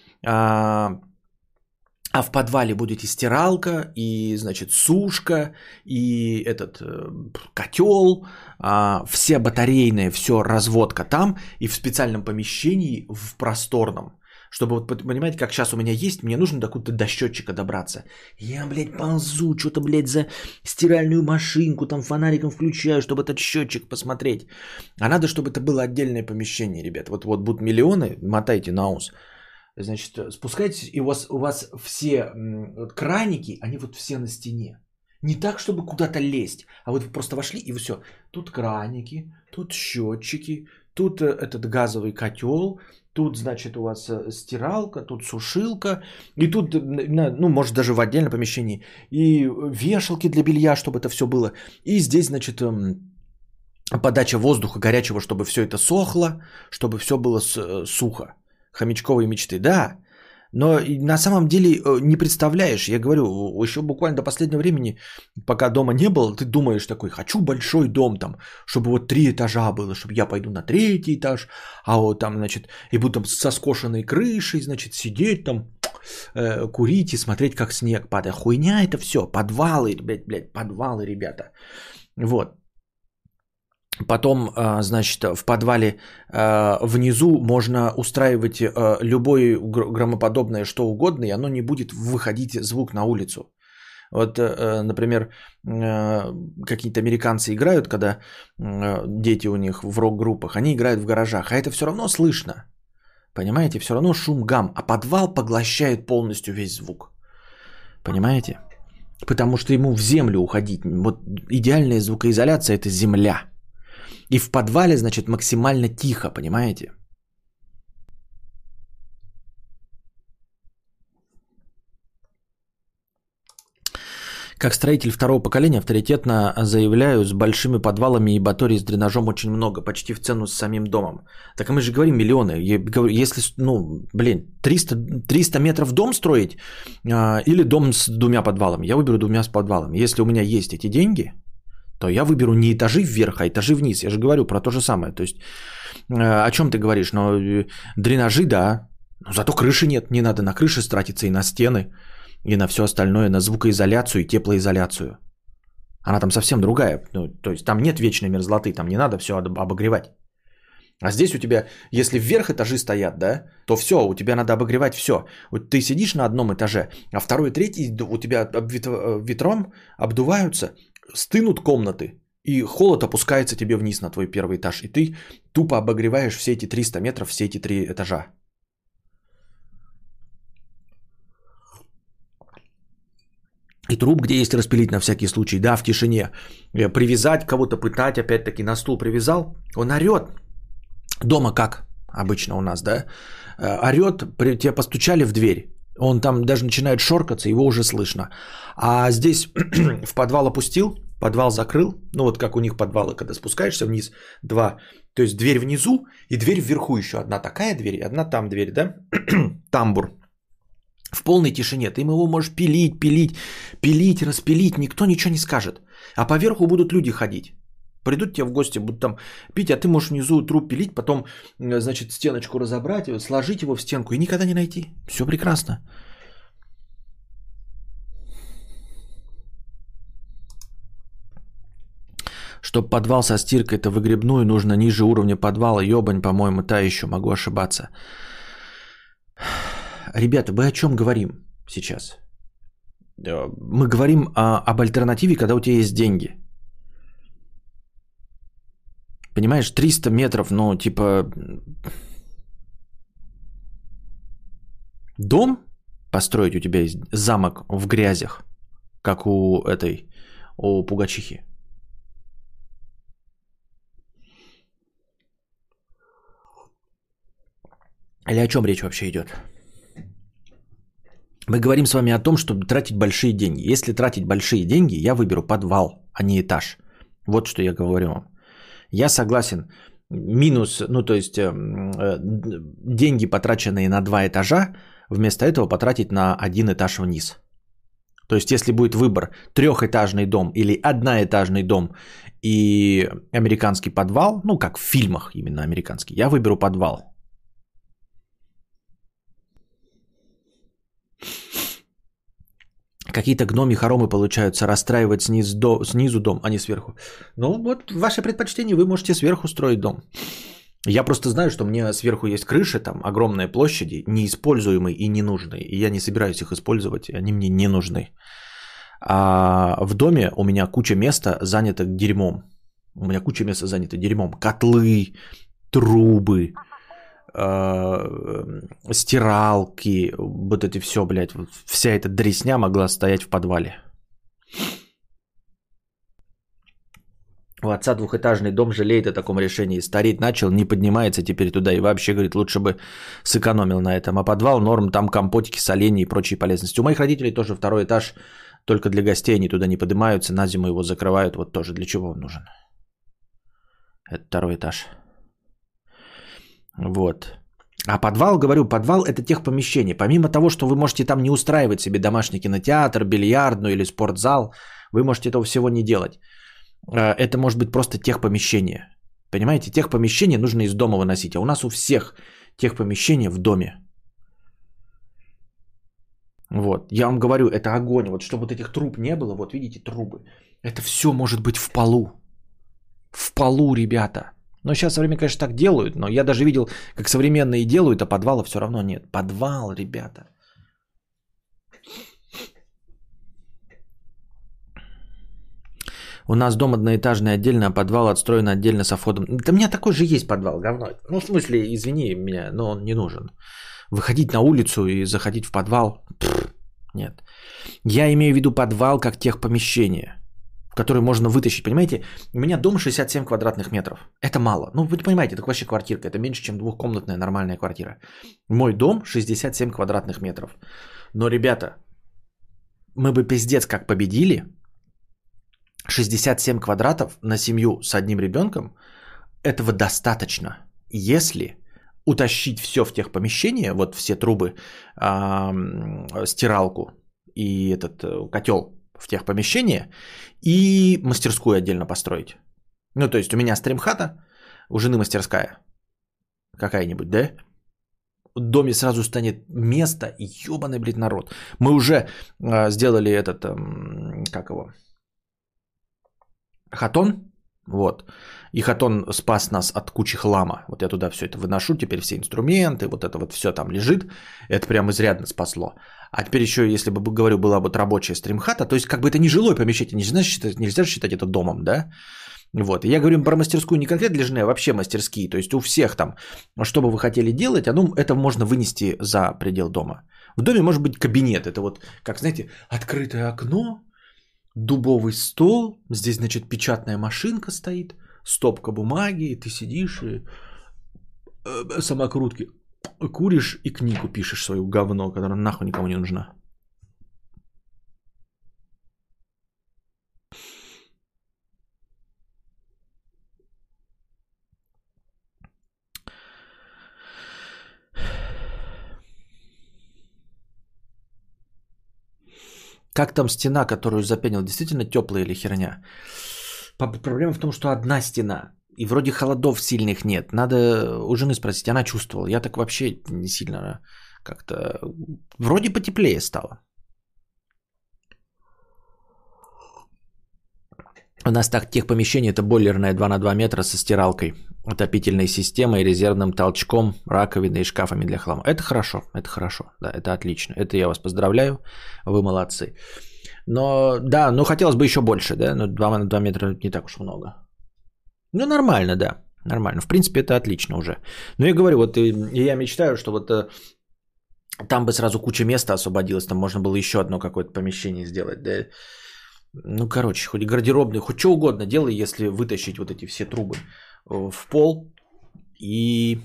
А в подвале будет и стиралка, и, значит, сушка, и этот э, котел, э, все батарейные, все разводка там, и в специальном помещении, в просторном. Чтобы, вот, понимаете, как сейчас у меня есть, мне нужно до какого-то до счетчика добраться. Я, блядь, ползу, что-то, блядь, за стиральную машинку, там фонариком включаю, чтобы этот счетчик посмотреть. А надо, чтобы это было отдельное помещение, ребят. Вот, вот будут миллионы, мотайте на ус. Значит, спускайтесь, и у вас, у вас все краники, они вот все на стене. Не так, чтобы куда-то лезть, а вот вы просто вошли, и все. Тут краники, тут счетчики, тут этот газовый котел, тут, значит, у вас стиралка, тут сушилка, и тут, ну, может, даже в отдельном помещении, и вешалки для белья, чтобы это все было. И здесь, значит, подача воздуха горячего, чтобы все это сохло, чтобы все было сухо. Хомячковые мечты, да, но на самом деле не представляешь, я говорю, еще буквально до последнего времени, пока дома не было, ты думаешь такой, хочу большой дом там, чтобы вот три этажа было, чтобы я пойду на третий этаж, а вот там, значит, и буду там со скошенной крышей, значит, сидеть там, э, курить и смотреть, как снег падает. Хуйня это все. Подвалы, блядь, блядь, подвалы, ребята. Вот. Потом, э, значит, в подвале э, внизу можно устраивать э, любое громоподобное что угодно, и оно не будет выходить звук на улицу. Вот, э, например, э, какие-то американцы играют, когда э, дети у них в рок-группах, они играют в гаражах, а это все равно слышно. Понимаете, все равно шум, гам, а подвал поглощает полностью весь звук. Понимаете? Потому что ему в землю уходить. Вот идеальная звукоизоляция – это земля. И в подвале, значит, максимально тихо, понимаете? Как строитель второго поколения авторитетно заявляю, с большими подвалами и батареей с дренажом очень много, почти в цену с самим домом. Так мы же говорим миллионы. Если, ну, блин, триста, триста метров дом строить э, или дом с двумя подвалами, я выберу двумя с подвалами. Если у меня есть эти деньги, то я выберу не этажи вверх, а этажи вниз. Я же говорю про то же самое. То есть, э, о чем ты говоришь? Но э, дренажи, да, но зато крыши нет. Не надо на крыши тратиться и на стены. И на все остальное, на звукоизоляцию и теплоизоляцию. Она там совсем другая. Ну, то есть там нет вечной мерзлоты, там не надо все обогревать. А здесь у тебя, если вверх этажи стоят, да, то все, у тебя надо обогревать все. Вот ты сидишь на одном этаже, а второй и третий у тебя ветром обдуваются, стынут комнаты, и холод опускается тебе вниз на твой первый этаж. И ты тупо обогреваешь все эти триста метров, все эти три этажа. И труп, где есть распилить на всякий случай, да, в тишине. Привязать кого-то, пытать, опять-таки на стул привязал. Он орет. Дома как обычно у нас, да? Орет, тебе постучали в дверь. Он там даже начинает шоркаться, его уже слышно. А здесь в подвал опустил, подвал закрыл. Ну вот как у них подвалы, когда спускаешься вниз, два. То есть дверь внизу и дверь вверху еще. Одна такая дверь и одна там дверь, да? Тамбур. В полной тишине. Ты его можешь пилить, пилить, пилить, распилить. Никто ничего не скажет. А поверху будут люди ходить. Придут тебе в гости, будут там пить, а ты можешь внизу труп пилить, потом, значит, стеночку разобрать, сложить его в стенку и никогда не найти. Все прекрасно. Чтоб подвал со стиркой-то выгребную, нужно ниже уровня подвала. Ёбань, по-моему, та еще, могу ошибаться. Ребята, мы о чем говорим сейчас? Мы говорим о, об альтернативе, когда у тебя есть деньги. Понимаешь, триста метров, ну, типа... Дом построить у тебя есть, замок в грязях, как у этой, у Пугачихи. Или о чем речь вообще идет? Мы говорим с вами о том, чтобы тратить большие деньги. Если тратить большие деньги, я выберу подвал, а не этаж. Вот что я говорю вам. Я согласен. Минус, ну то есть э, э, деньги, потраченные на два этажа, вместо этого потратить на один этаж вниз. То есть если будет выбор трехэтажный дом или одноэтажный дом и американский подвал, ну как в фильмах именно американский, я выберу подвал. Какие-то гноми хоромы получаются расстраивать снизу, до, снизу дом, а не сверху. Ну вот ваше предпочтение, вы можете сверху строить дом. Я просто знаю, что мне сверху есть крыша, там огромные площади, неиспользуемые и ненужные. И я не собираюсь их использовать, они мне не нужны. А в доме у меня куча места занято дерьмом. У меня куча места занято дерьмом. Котлы, трубы, стиралки, вот эти все, блядь, вся эта дресня могла стоять в подвале. У отца двухэтажный дом, жалеет о таком решении. Стареть начал, не поднимается теперь туда. И вообще, говорит, лучше бы сэкономил на этом. А подвал норм, там компотики, соленья и прочие полезности. У моих родителей тоже второй этаж, только для гостей они туда не поднимаются. На зиму его закрывают. Вот тоже для чего он нужен. Это второй этаж. Вот. А подвал, говорю, подвал это техпомещение. Помимо того, что вы можете там не устраивать себе домашний кинотеатр, бильярдную или спортзал, вы можете этого всего не делать. Это может быть просто техпомещение. Понимаете, техпомещение нужно из дома выносить. А у нас у всех техпомещения в доме. Вот, я вам говорю, это огонь. Вот чтобы вот этих труб не было, вот видите, трубы. Это все может быть в полу. В полу, ребята. Но сейчас со временем, конечно, так делают, но я даже видел, как современные делают, а подвала все равно нет. Подвал, ребята. У нас дом одноэтажный отдельно, а подвал отстроен отдельно со входом. Да у меня такой же есть подвал, говно. Ну, в смысле, извини меня, но он не нужен. Выходить на улицу и заходить в подвал? Пфф, нет. Я имею в виду подвал как техпомещение, в которое можно вытащить. Понимаете, у меня дом шестьдесят семь квадратных метров. Это мало. Ну, вы понимаете, это вообще квартирка. Это меньше, чем двухкомнатная нормальная квартира. Мой дом шестьдесят семь квадратных метров. Но, ребята, мы бы пиздец как победили. шестьдесят семь квадратов на семью с одним ребенком, этого достаточно, если утащить все в техпомещение, вот все трубы, э, стиралку и этот э, котел в техпомещение и мастерскую отдельно построить. Ну, то есть у меня стримхата, у жены мастерская какая-нибудь, да? В доме сразу станет место и ебаный, блядь, народ. Мы уже э, сделали этот, э, как его... Хатон, вот, и Хатон спас нас от кучи хлама. Вот я туда все это выношу, теперь все инструменты, вот это вот все там лежит. Это прям изрядно спасло. А теперь еще, если бы, говорю, была вот рабочая стримхата, то есть как бы это не жилое помещение, нельзя считать, нельзя считать это домом, да? Вот, и я говорю про мастерскую не конкретно для жены, а вообще мастерские. То есть у всех там, что бы вы хотели делать, оно, это можно вынести за предел дома. В доме может быть кабинет, это вот, как знаете, открытое окно, дубовый стол, здесь, значит, печатная машинка стоит, стопка бумаги, и ты сидишь и э, самокрутки куришь и книгу пишешь свою говно, которая нахуй никому не нужна. Как там стена, которую запенил, действительно теплая или херня? Проблема в том, что одна стена, и вроде холодов сильных нет. Надо у жены спросить, она чувствовала. Я так вообще не сильно как-то... Вроде потеплее стало. У нас так техпомещение, это бойлерное два на два метра со стиралкой, отопительной системой, резервным толчком, раковиной и шкафами для хлама. Это хорошо, это хорошо, да, это отлично. Это я вас поздравляю, вы молодцы. Но да, ну хотелось бы еще больше, да, но два на два метра не так уж много. Ну нормально, да, нормально. В принципе, это отлично уже. Но я говорю, вот и, и я мечтаю, что вот э, там бы сразу куча места освободилось, там можно было еще одно какое-то помещение сделать, да. Ну, короче, хоть гардеробный, хоть что угодно делай, если вытащить вот эти все трубы в пол и,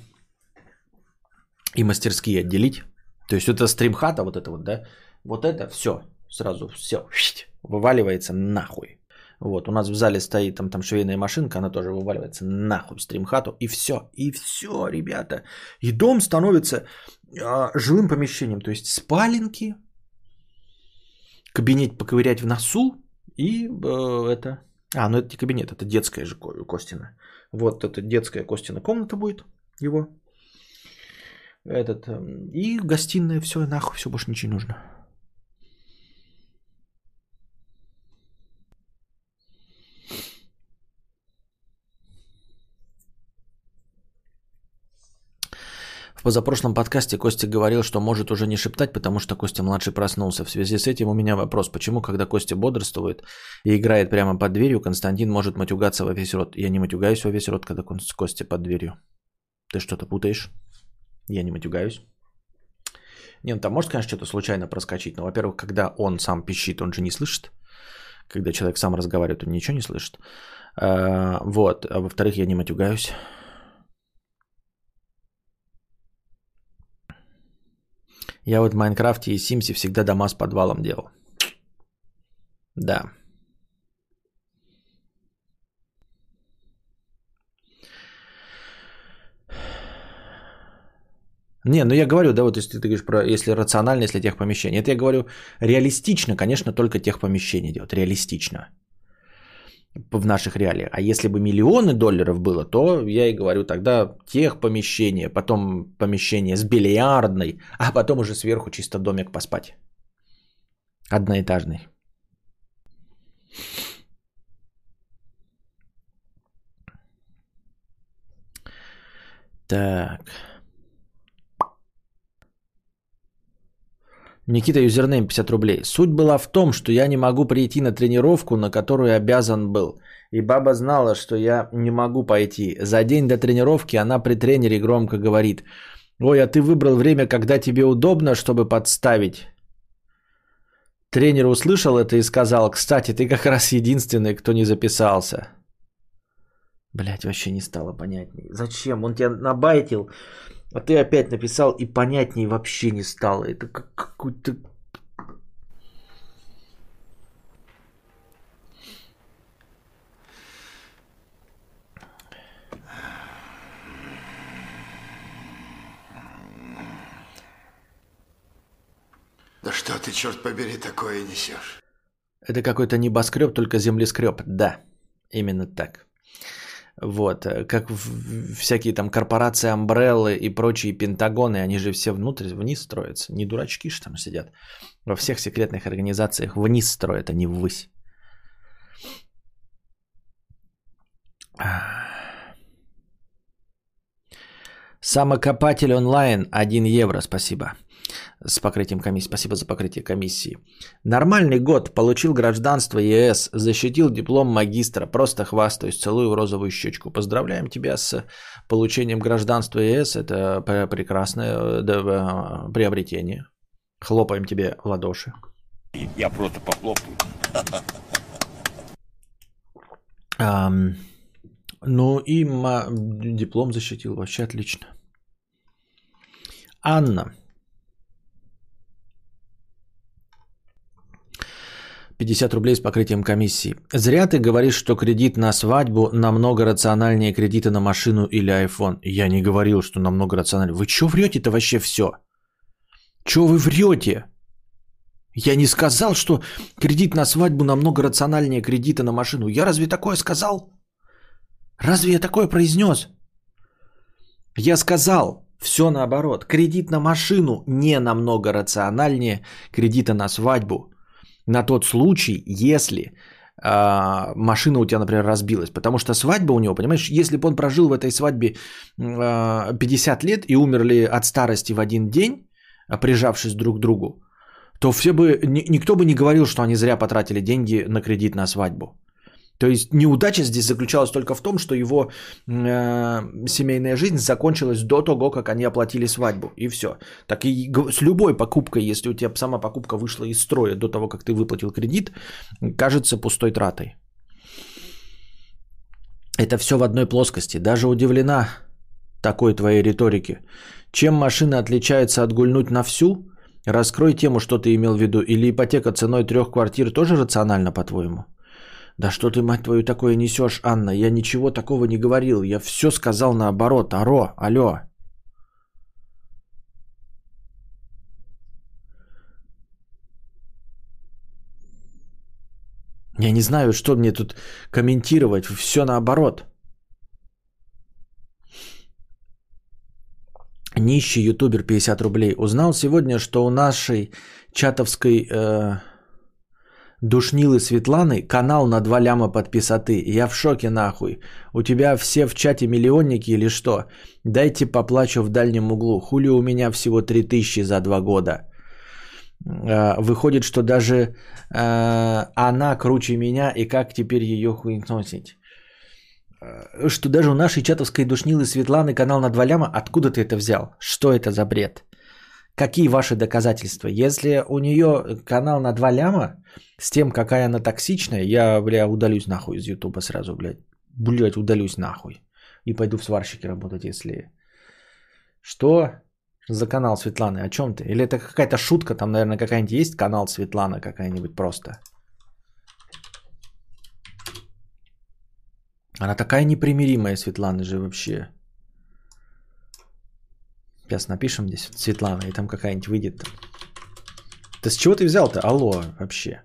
и мастерские отделить. То есть это стримхата, вот это вот, да, вот это все, сразу все вываливается нахуй. Вот, у нас в зале стоит там, там швейная машинка, она тоже вываливается нахуй в стримхату. И все, и все, ребята. И дом становится а, жилым помещением. То есть спаленки, кабинет поковырять в носу. И э, это... А, ну это не кабинет, это детская же Костина. Вот это детская Костина комната будет его. Этот, э, и гостиная, все, нахуй, все, больше ничего не нужно. В позапрошлом подкасте Костя говорил, что может уже не шептать, потому что Костя-младший проснулся. В связи с этим у меня вопрос. Почему, когда Костя бодрствует и играет прямо под дверью, Константин может матюгаться во весь рот? Я не матюгаюсь во весь рот, когда Костя под дверью. Ты что-то путаешь? Я не матюгаюсь. Не, ну там может, конечно, что-то случайно проскочить. Но, во-первых, когда он сам пищит, он же не слышит. Когда человек сам разговаривает, он ничего не слышит. А, вот. А во-вторых, я не матюгаюсь. Я вот в Майнкрафте и Симсе всегда дома с подвалом делал. Да. Не, ну я говорю, да, вот если ты говоришь про, если рационально, если техпомещение. Это я говорю реалистично, конечно, только техпомещение делать. Реалистично. В наших реалиях. А если бы миллионы долларов было, то я и говорю тогда техпомещение, потом помещение с бильярдной, а потом уже сверху чисто домик поспать. Одноэтажный. Так. Никита, юзернейм пятьдесят рублей. Суть была в том, что я не могу прийти на тренировку, на которую обязан был. И баба знала, что я не могу пойти. За день до тренировки она при тренере громко говорит: ой, а ты выбрал время, когда тебе удобно, чтобы подставить. Тренер услышал это и сказал: кстати, ты как раз единственный, кто не записался. Блять, вообще не стало понятней. Зачем? Он тебя набайтил, а ты опять написал, и понятней вообще не стало. Это как какой-то... Да что ты, черт побери, такое несешь? Это какой-то небоскреб, только землескреб. Да, именно так. Вот, как всякие там корпорации, Амбреллы и прочие Пентагоны, они же все внутрь, вниз строятся. Не дурачки же там сидят. Во всех секретных организациях вниз строят, а не ввысь. Самокопатель онлайн один евро, спасибо. С покрытием комиссии. Спасибо за покрытие комиссии. Нормальный год. Получил гражданство ЕС. Защитил диплом магистра. Просто хвастаюсь. Целую в розовую щечку. Поздравляем тебя с получением гражданства ЕС. Это прекрасное приобретение. Хлопаем тебе в ладоши. Я просто похлопаю. Um, ну и ма- диплом защитил. Вообще отлично. Анна. пятьдесят рублей с покрытием комиссии. Зря ты говоришь, что кредит на свадьбу намного рациональнее кредита на машину или айфон. Я не говорил, что намного рациональнее. Вы что врете-то вообще все? Что вы врете? Я не сказал, что кредит на свадьбу намного рациональнее кредита на машину. Я разве такое сказал? Разве я такое произнес? Я сказал все наоборот. Кредит на машину не намного рациональнее кредита на свадьбу. На тот случай, если э, машина у тебя, например, разбилась. Потому что свадьба у него, понимаешь, если бы он прожил в этой свадьбе э, пятьдесят лет и умерли от старости в один день, прижавшись друг к другу, то все бы, ни, никто бы не говорил, что они зря потратили деньги на кредит на свадьбу. То есть неудача здесь заключалась только в том, что его э, семейная жизнь закончилась до того, как они оплатили свадьбу. И все. Так и с любой покупкой, если у тебя сама покупка вышла из строя до того, как ты выплатил кредит, кажется пустой тратой. Это все в одной плоскости. Даже удивлена такой твоей риторике. Чем машина отличается от гульнуть на всю? Раскрой тему, что ты имел в виду. Или ипотека ценой трех квартир тоже рационально, по-твоему? Да что ты, мать твою, такое несешь, Анна? Я ничего такого не говорил. Я все сказал наоборот. Аро, алло. Я не знаю, что мне тут комментировать. Все наоборот. Нищий ютубер пятьдесят рублей. Узнал сегодня, что у нашей чатовской... Э... Душнилы Светланы канал на два ляма подписоты. Я в шоке нахуй. У тебя все в чате миллионники или что? Дайте поплачу в дальнем углу. Хули у меня всего три тысячи за два года. Выходит, что даже э, она круче меня, и как теперь ее хуйносить? Что даже у нашей чатовской душнилы Светланы канал на два ляма? Откуда ты это взял? Что это за бред? Какие ваши доказательства? Если у нее канал на два ляма, с тем, какая она токсичная, я, бля, удалюсь нахуй из Ютуба сразу, блядь. Блядь, удалюсь нахуй. И пойду в сварщике работать, если... Что за канал Светланы? О чем ты? Или это какая-то шутка? Там, наверное, какая-нибудь есть канал Светлана какая-нибудь просто. Она такая непримиримая, Светлана же вообще. Сейчас напишем здесь Светлана, и там какая-нибудь выйдет. Да с чего ты взял-то? Алло, вообще.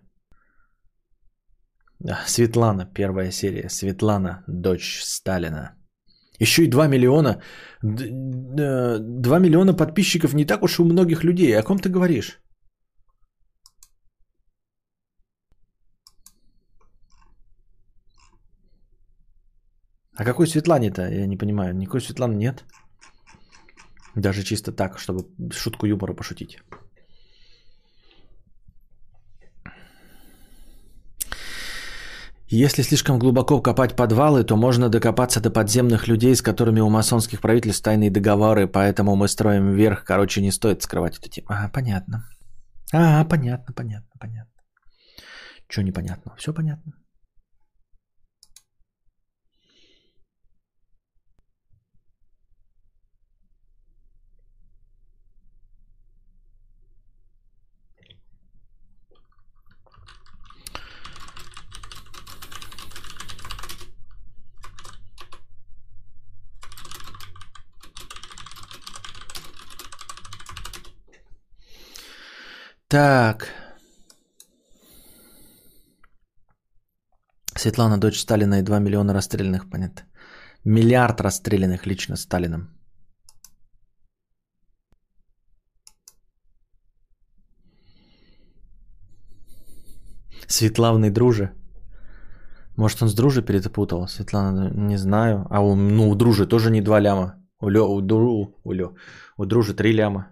Да, Светлана, первая серия. Светлана, дочь Сталина. Еще и два миллиона. два миллиона подписчиков не так уж и у многих людей. О ком ты говоришь? А какой Светлане-то? Я не понимаю. Никакой Светланы нет. Даже чисто так, чтобы шутку юмора пошутить. Если слишком глубоко копать подвалы, то можно докопаться до подземных людей, с которыми у масонских правительств тайные договоры, поэтому мы строим вверх. Короче, не стоит скрывать эту тему. А, понятно. А, понятно, понятно, понятно. Что непонятно? Все понятно. Так. Светлана, дочь Сталина и два миллиона расстрелянных, понятно. Миллиард расстрелянных лично Сталином. Светлавный друже. Может, он с дружей перепутал? Светлана, не знаю. А у, ну, у дружи тоже не два ляма. У, лё, у, дру, у, лё, у дружи три ляма.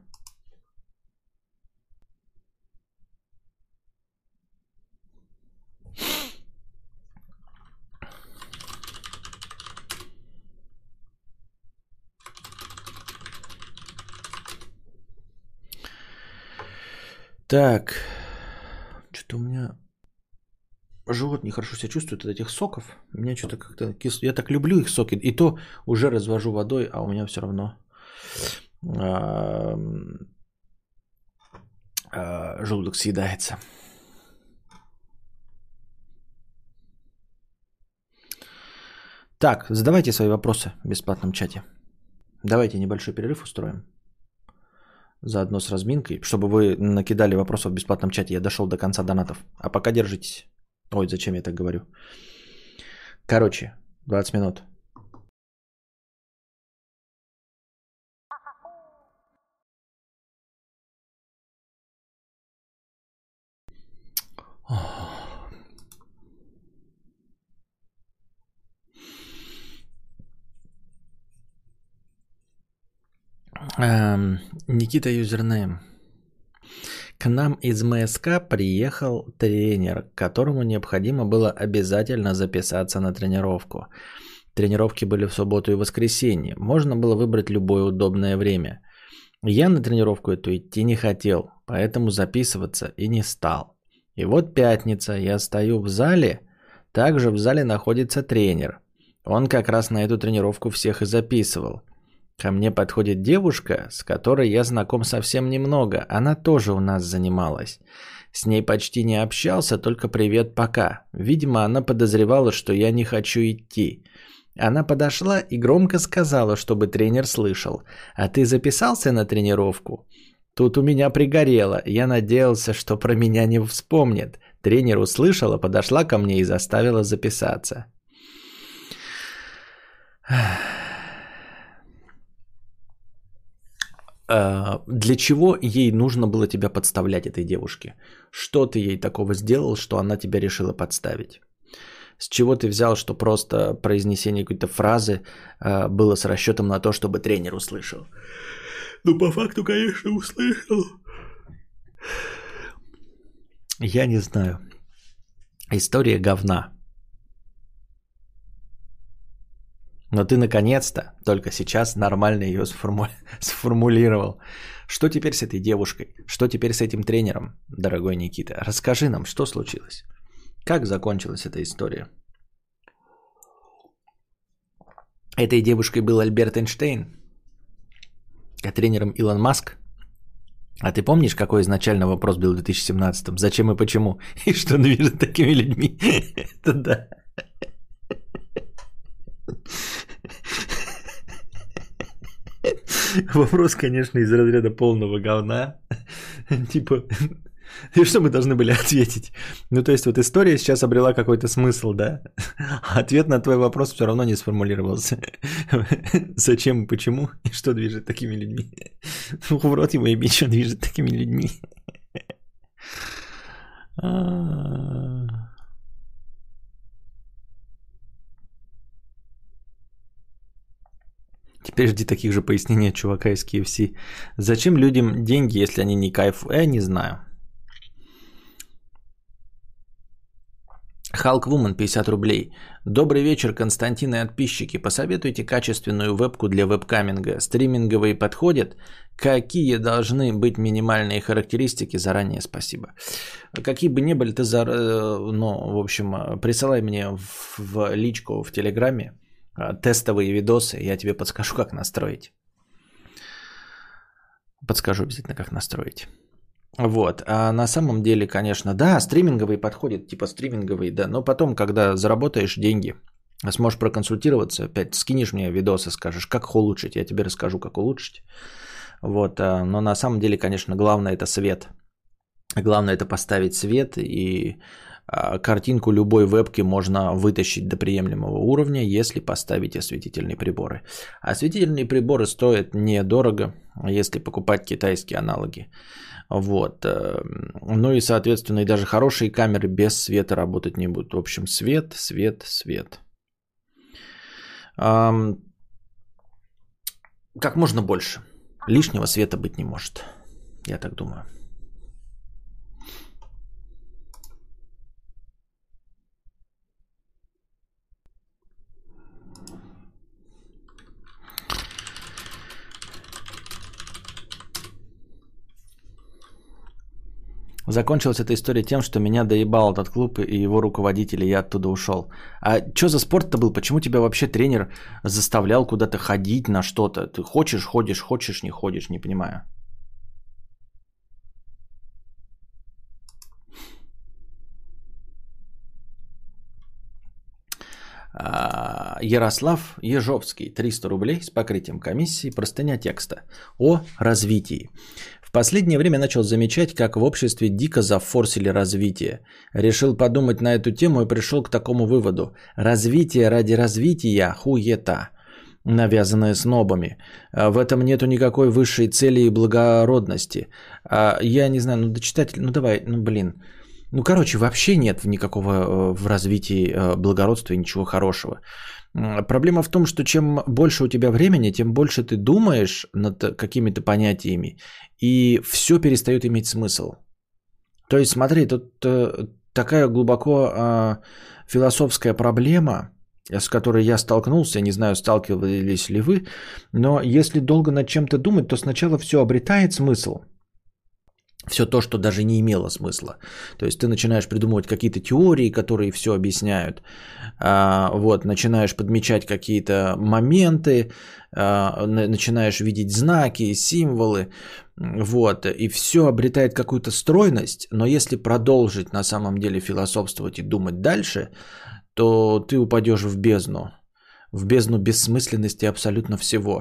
Так, что-то у меня живот нехорошо себя чувствует от этих соков. У меня что-то как-то кис... Я так люблю их соки. И то уже развожу водой, а у меня все равно а... А... желудок съедается. Так, задавайте свои вопросы в бесплатном чате. Давайте небольшой перерыв устроим. Заодно с разминкой, чтобы вы накидали вопросов в бесплатном чате. Я дошел до конца донатов. А пока держитесь. Ой, зачем я так говорю? Короче, двадцать минут. Эм, Никита юзернейм. К нам из МСК приехал тренер, которому необходимо было обязательно записаться на тренировку. Тренировки были в субботу и воскресенье. Можно было выбрать любое удобное время. Я на тренировку эту идти не хотел, поэтому записываться и не стал. И вот пятница, я стою в зале, также в зале находится тренер. Он как раз на эту тренировку всех и записывал. Ко мне подходит девушка, с которой я знаком совсем немного. Она тоже у нас занималась. С ней почти не общался, только привет, пока. Видимо, она подозревала, что я не хочу идти. Она подошла и громко сказала, чтобы тренер слышал. А ты записался на тренировку? Тут у меня пригорело. Я надеялся, что про меня не вспомнит. Тренер услышала, подошла ко мне и заставила записаться. Для чего ей нужно было тебя подставлять, этой девушке? Что ты ей такого сделал, что она тебя решила подставить? С чего ты взял, что просто произнесение какой-то фразы было с расчетом на то, чтобы тренер услышал? Ну, по факту, конечно, услышал. Я не знаю. История говна. Но ты наконец-то, только сейчас нормально ее сформу... сформулировал. Что теперь с этой девушкой? Что теперь с этим тренером, дорогой Никита? Расскажи нам, что случилось? Как закончилась эта история? Этой девушкой был Альберт Эйнштейн, а тренером Илон Маск. А ты помнишь, какой изначально вопрос был в две тысячи семнадцатом? Зачем и почему? И что движет такими людьми? Это да. Вопрос, конечно, из разряда полного говна. Типа, и что мы должны были ответить? Ну, то есть, вот история сейчас обрела какой-то смысл, да? А ответ на твой вопрос все равно не сформулировался. Зачем и почему? И что движет такими людьми? Ну, в рот его ебить, что движет такими людьми? Теперь жди таких же пояснений от чувака из кей эф си. Зачем людям деньги, если они не кайф? Я не знаю. Халк Вумен, пятьдесят рублей. Добрый вечер, Константин и подписчики. Посоветуйте качественную вебку для вебкаминга. Стриминговые подходят? Какие должны быть минимальные характеристики? Заранее спасибо. Какие бы ни были, ты, за... ну, в общем, присылай мне в, в личку в Телеграме тестовые видосы, я тебе подскажу, как настроить. Подскажу обязательно, как настроить. Вот, а на самом деле, конечно, да, стриминговые подходят, типа стриминговые, да, но потом, когда заработаешь деньги, сможешь проконсультироваться, опять скинешь мне видосы, скажешь, как их улучшить, я тебе расскажу, как улучшить. Вот, но на самом деле, конечно, главное это свет. Главное это поставить свет, и картинку любой вебки можно вытащить до приемлемого уровня, если поставить осветительные приборы. Осветительные приборы стоят недорого, если покупать китайские аналоги. Вот. Ну и, соответственно, и даже хорошие камеры без света работать не будут. В общем, свет, свет, свет. Как можно больше. Лишнего света быть не может. Я так думаю. Закончилась эта история тем, что меня доебал этот клуб и его руководители, я оттуда ушел. А что за спорт-то был? Почему тебя вообще тренер заставлял куда-то ходить на что-то? Ты хочешь, ходишь, хочешь, не ходишь, не понимаю. Ярослав Ежовский, триста рублей с покрытием комиссии, простыня текста о развитии. В последнее время начал замечать, как в обществе дико зафорсили развитие. Решил подумать на эту тему и пришел к такому выводу. Развитие ради развития – хуета, навязанная снобами. В этом нету никакой высшей цели и благородности. Я не знаю, ну дочитатель, ну давай, ну блин. Ну короче, вообще нет никакого в развитии благородства и ничего хорошего. Проблема в том, что чем больше у тебя времени, тем больше ты думаешь над какими-то понятиями, и все перестает иметь смысл. То есть, смотри, тут э, такая глубоко э, философская проблема, с которой я столкнулся, не знаю, сталкивались ли вы, но если долго над чем-то думать, то сначала все обретает смысл. Все то, что даже не имело смысла. То есть ты начинаешь придумывать какие-то теории, которые все объясняют. Вот, начинаешь подмечать какие-то моменты, начинаешь видеть знаки, символы. Вот, и все обретает какую-то стройность. Но если продолжить на самом деле философствовать и думать дальше, то ты упадешь в бездну. В бездну бессмысленности абсолютно всего.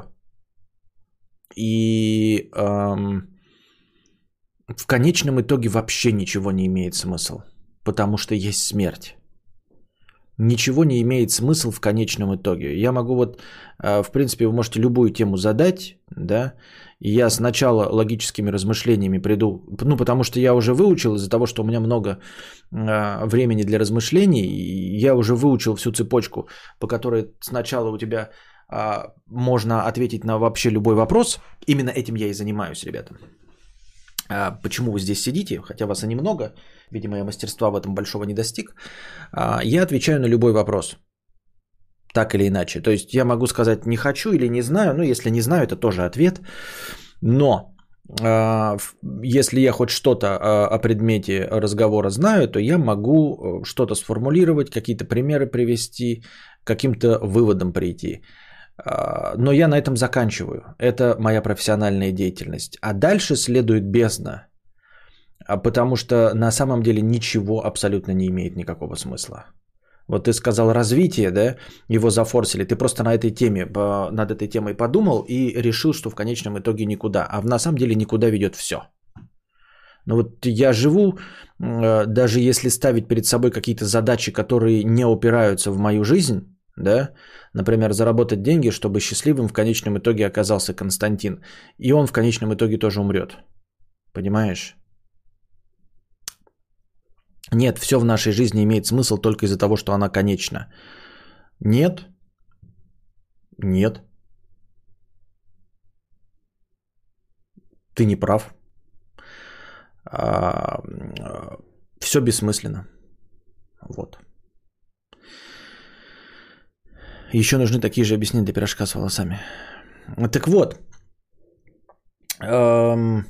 И... Эм, в конечном итоге вообще ничего не имеет смысл, потому что есть смерть. Ничего не имеет смысл в конечном итоге. Я могу вот, в принципе, вы можете любую тему задать, да, и я сначала логическими размышлениями приду, ну, потому что я уже выучил из-за того, что у меня много времени для размышлений, и я уже выучил всю цепочку, по которой сначала у тебя можно ответить на вообще любой вопрос. Именно этим я и занимаюсь, ребята. Почему вы здесь сидите, хотя вас и немного, видимо, я мастерства в этом большого не достиг, я отвечаю на любой вопрос, так или иначе. То есть я могу сказать не хочу или не знаю, но если не знаю, это тоже ответ. Но если я хоть что-то о предмете разговора знаю, то я могу что-то сформулировать, какие-то примеры привести, каким-то выводом прийти. Но я на этом заканчиваю. Это моя профессиональная деятельность. А дальше следует бездна. Потому что на самом деле ничего абсолютно не имеет никакого смысла. Вот ты сказал развитие, да, его зафорсили. Ты просто на этой теме, над этой темой подумал и решил, что в конечном итоге никуда. А на самом деле никуда ведет все. Но вот я живу, даже если ставить перед собой какие-то задачи, которые не упираются в мою жизнь, да, например, заработать деньги, чтобы счастливым в конечном итоге оказался Константин. И он в конечном итоге тоже умрет. Понимаешь? Нет, все в нашей жизни имеет смысл только из-за того, что она конечна. Нет. Нет. ты не прав. Все бессмысленно. Вот. Еще нужны такие же объяснения для пирожка с волосами. Так вот. Эм...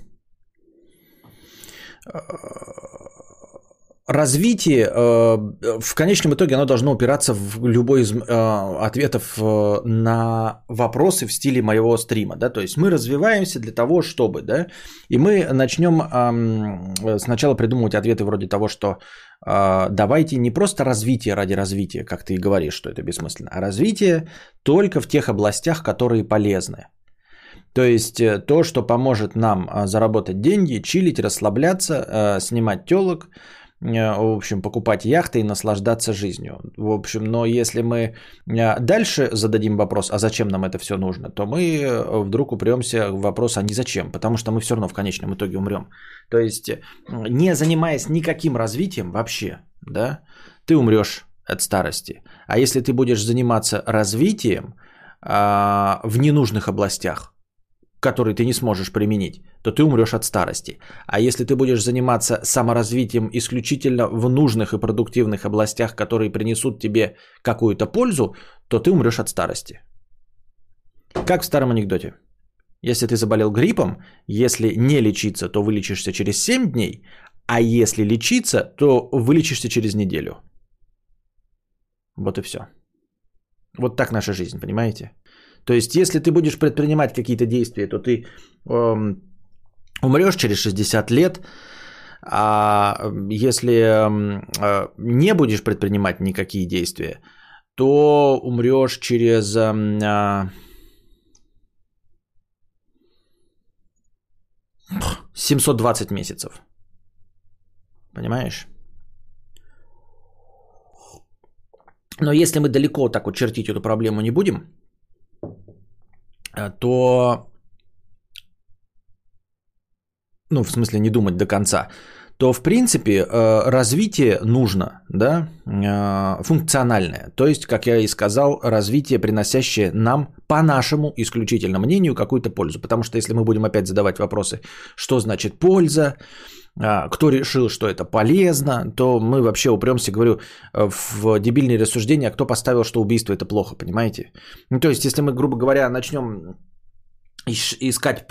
Развитие, в конечном итоге, оно должно упираться в любой из ответов на вопросы в стиле моего стрима. Да? То есть мы развиваемся для того, чтобы... Да? И мы начнем сначала придумывать ответы вроде того, что давайте не просто развитие ради развития, как ты и говоришь, что это бессмысленно, а развитие только в тех областях, которые полезны. То есть то, что поможет нам заработать деньги, чилить, расслабляться, снимать телок, в общем, покупать яхты и наслаждаться жизнью. В общем, но если мы дальше зададим вопрос, а зачем нам это все нужно, то мы вдруг упремся в вопрос, а не зачем, потому что мы все равно в конечном итоге умрем. То есть, не занимаясь никаким развитием вообще, да, ты умрешь от старости. А если ты будешь заниматься развитием а, в ненужных областях, который ты не сможешь применить, то ты умрешь от старости. А если ты будешь заниматься саморазвитием исключительно в нужных и продуктивных областях, которые принесут тебе какую-то пользу, то ты умрешь от старости. Как в старом анекдоте. Если ты заболел гриппом, если не лечиться, то вылечишься через семь дней, а если лечиться, то вылечишься через неделю. Вот и все. Вот так наша жизнь, понимаете? То есть, если ты будешь предпринимать какие-то действия, то ты эм, умрешь через шестьдесят лет, а если э, не будешь предпринимать никакие действия, то умрешь через э, семьсот двадцать месяцев. Понимаешь? Но если мы далеко так вот чертить эту проблему не будем, то, ну, в смысле, не думать до конца, то, в принципе, развитие нужно, да, функциональное. То есть, как я и сказал, развитие, приносящее нам, по нашему исключительному мнению, какую-то пользу. Потому что, если мы будем опять задавать вопросы, что значит польза, кто решил, что это полезно, то мы вообще упремся, говорю, в дебильные рассуждения, кто поставил, что убийство это плохо, понимаете? Ну, то есть, если мы, грубо говоря, начнем искать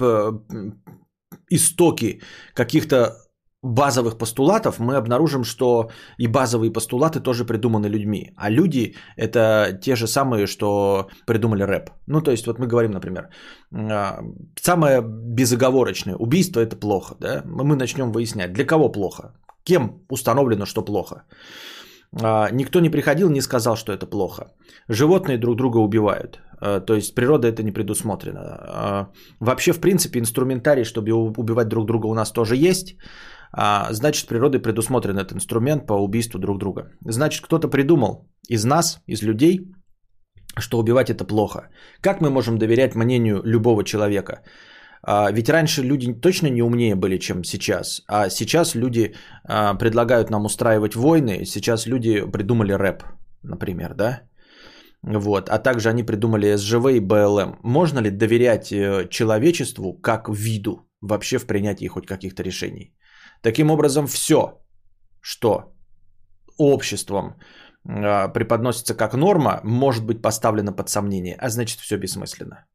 истоки каких-то базовых постулатов, мы обнаружим, что и базовые постулаты тоже придуманы людьми. А люди – это те же самые, что придумали рэп. Ну, то есть, вот мы говорим, например, самое безоговорочное – убийство – это плохо. Да? Мы начнем выяснять, для кого плохо, кем установлено, что плохо. Никто не приходил, не сказал, что это плохо. Животные друг друга убивают. То есть, природа это не предусмотрена. Вообще, в принципе, инструментарий, чтобы убивать друг друга, у нас тоже есть. Значит, природой предусмотрен этот инструмент по убийству друг друга. Значит, кто-то придумал из нас, из людей, что убивать это плохо. Как мы можем доверять мнению любого человека? Ведь раньше люди точно не умнее были, чем сейчас. А сейчас люди предлагают нам устраивать войны. Сейчас люди придумали рэп, например, да? Вот. А также они придумали эс жэ вэ и бэ эл эм. Можно ли доверять человечеству как виду вообще в принятии хоть каких-то решений? Таким образом, все, что обществом э, преподносится как норма, может быть поставлено под сомнение, а значит, все бессмысленно.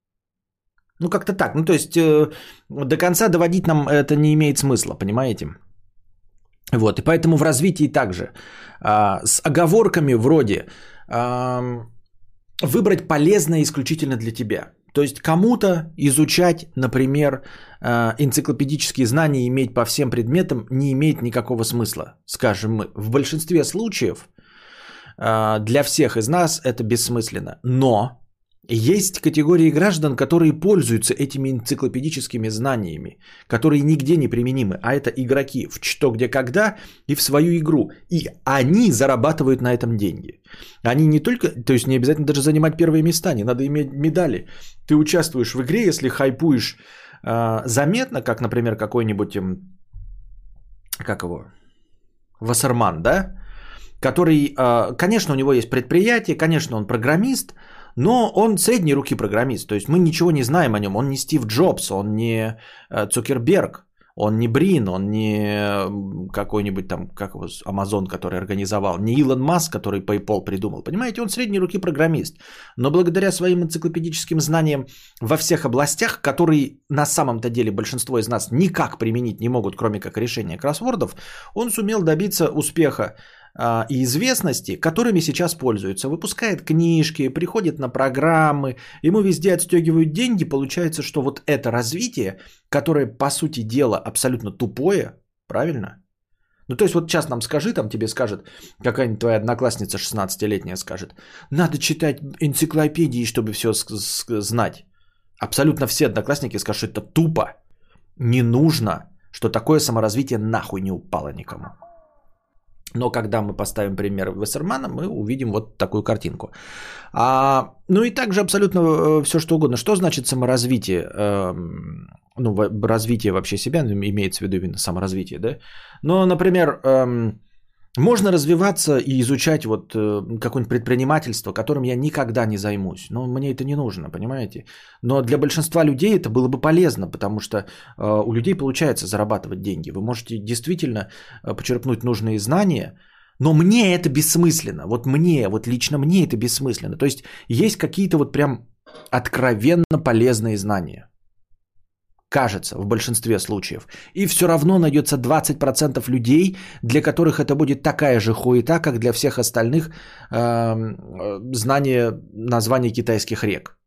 Ну, как-то так. Ну, то есть, э, до конца доводить нам это не имеет смысла, понимаете? Вот, и поэтому в развитии также. Э, с оговорками вроде э, выбрать полезное исключительно для тебя. То есть кому-то изучать, например, энциклопедические знания, иметь по всем предметам, не имеет никакого смысла. Скажем мы, в большинстве случаев для всех из нас это бессмысленно. Но есть категории граждан, которые пользуются этими энциклопедическими знаниями, которые нигде не применимы. А это игроки в что, где, когда и в свою игру. И они зарабатывают на этом деньги. Они не только, то есть не обязательно даже занимать первые места, не надо иметь медали. Ты участвуешь в игре, если хайпуешь э, заметно, как, например, какой-нибудь, э, как его, Вассерман, да? Который, э, конечно, у него есть предприятие, конечно, он программист, Но он средней руки программист, то есть мы ничего не знаем о нем. Он не Стив Джобс, он не Цукерберг, он не Брин, он не какой-нибудь там, как его, Amazon, который организовал, не Илон Маск, который PayPal придумал. Понимаете, он средней руки программист. Но благодаря своим энциклопедическим знаниям во всех областях, которые на самом-то деле большинство из нас никак применить не могут, кроме как решения кроссвордов, он сумел добиться успеха и известности, которыми сейчас пользуется. Выпускает книжки, приходит на программы, ему везде отстегивают деньги. Получается, что вот это развитие, которое, по сути дела, абсолютно тупое, правильно? Ну, то есть, вот сейчас нам скажи, там тебе скажет, какая-нибудь твоя одноклассница шестнадцатилетняя скажет, надо читать энциклопедии, чтобы все знать. Абсолютно все одноклассники скажут, что это тупо, не нужно, что такое саморазвитие нахуй не упало никому. Но когда мы поставим пример Вассермана, мы увидим вот такую картинку. А, ну и также абсолютно все что угодно. Что значит саморазвитие? Э, ну, развитие вообще себя, имеется в виду именно саморазвитие, да? Но, например, э, можно развиваться и изучать вот э, какое-нибудь предпринимательство, которым я никогда не займусь. Но мне это не нужно, понимаете? Но для большинства людей это было бы полезно, потому что э, у людей получается зарабатывать деньги. Вы можете действительно э, почерпнуть нужные знания, но мне это бессмысленно. Вот мне, вот лично мне это бессмысленно. То есть есть какие-то вот прям откровенно полезные знания. Кажется, в большинстве случаев. И все равно найдется двадцать процентов людей, для которых это будет такая же хуета, как для всех остальных э, знание названий китайских рек.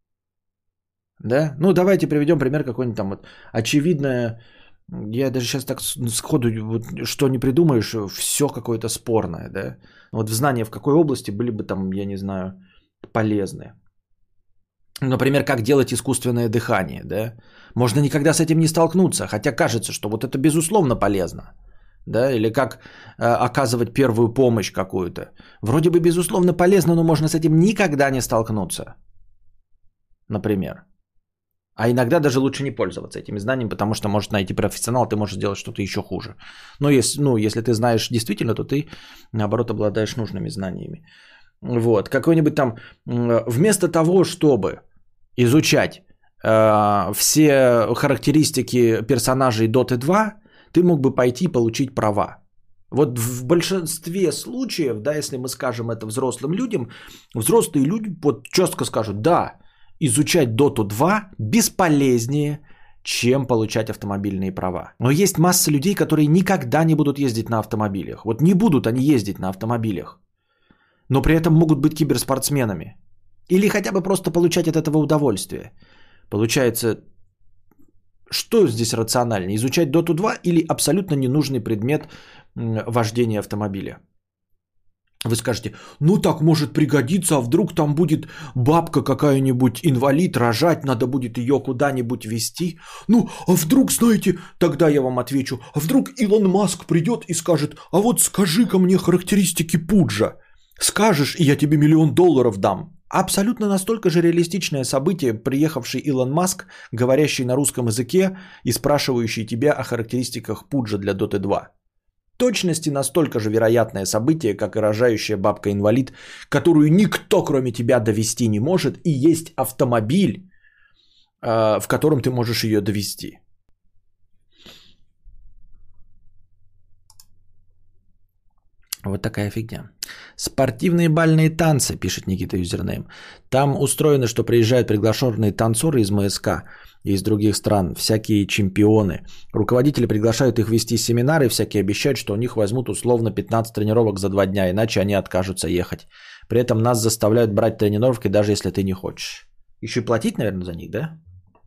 Да? Ну, давайте приведем пример какой-нибудь там вот очевидное. Я даже сейчас так сходу, вот, что не придумаешь, все какое-то спорное. Да? Вот в знания в какой области были бы там, я не знаю, полезны. Например, как делать искусственное дыхание, да? Можно никогда с этим не столкнуться, хотя кажется, что вот это безусловно полезно, да? Или как э, оказывать первую помощь какую-то. Вроде бы безусловно полезно, но можно с этим никогда не столкнуться, например. А иногда даже лучше не пользоваться этими знаниями, потому что может найти профессионал, ты можешь сделать что-то еще хуже. Но если, ну, если ты знаешь действительно, то ты, наоборот, обладаешь нужными знаниями. Вот, какой-нибудь там, вместо того, чтобы изучать э, все характеристики персонажей Доты два, ты мог бы пойти получить права. Вот в большинстве случаев, да, если мы скажем это взрослым людям, взрослые люди вот четко скажут, да, изучать Доту два бесполезнее, чем получать автомобильные права. Но есть масса людей, которые никогда не будут ездить на автомобилях. Вот не будут они ездить на автомобилях, но при этом могут быть киберспортсменами. Или хотя бы просто получать от этого удовольствие. Получается, что здесь рациональнее? Изучать Доту два или абсолютно ненужный предмет вождения автомобиля? Вы скажете, ну так может пригодиться, а вдруг там будет бабка какая-нибудь инвалид рожать, надо будет ее куда-нибудь везти. Ну, а вдруг, знаете, тогда я вам отвечу, а вдруг Илон Маск придет и скажет, а вот скажи-ка мне характеристики Пуджа. Скажешь, и я тебе миллион долларов дам. Абсолютно настолько же реалистичное событие, приехавший Илон Маск, говорящий на русском языке и спрашивающий тебя о характеристиках Пуджа для Доты два. Точности настолько же вероятное событие, как и рожающая бабка-инвалид, которую никто кроме тебя довести не может, и есть автомобиль, в котором ты можешь ее довести. Вот такая фигня. Спортивные бальные танцы, пишет Никита Юзернейм. Там устроено, что приезжают приглашенные танцоры из МСК и из других стран, всякие чемпионы. Руководители приглашают их вести семинары, всякие обещают, что у них возьмут условно пятнадцать тренировок за два дня, иначе они откажутся ехать. При этом нас заставляют брать тренировки, даже если ты не хочешь. Еще и платить, наверное, за них, да?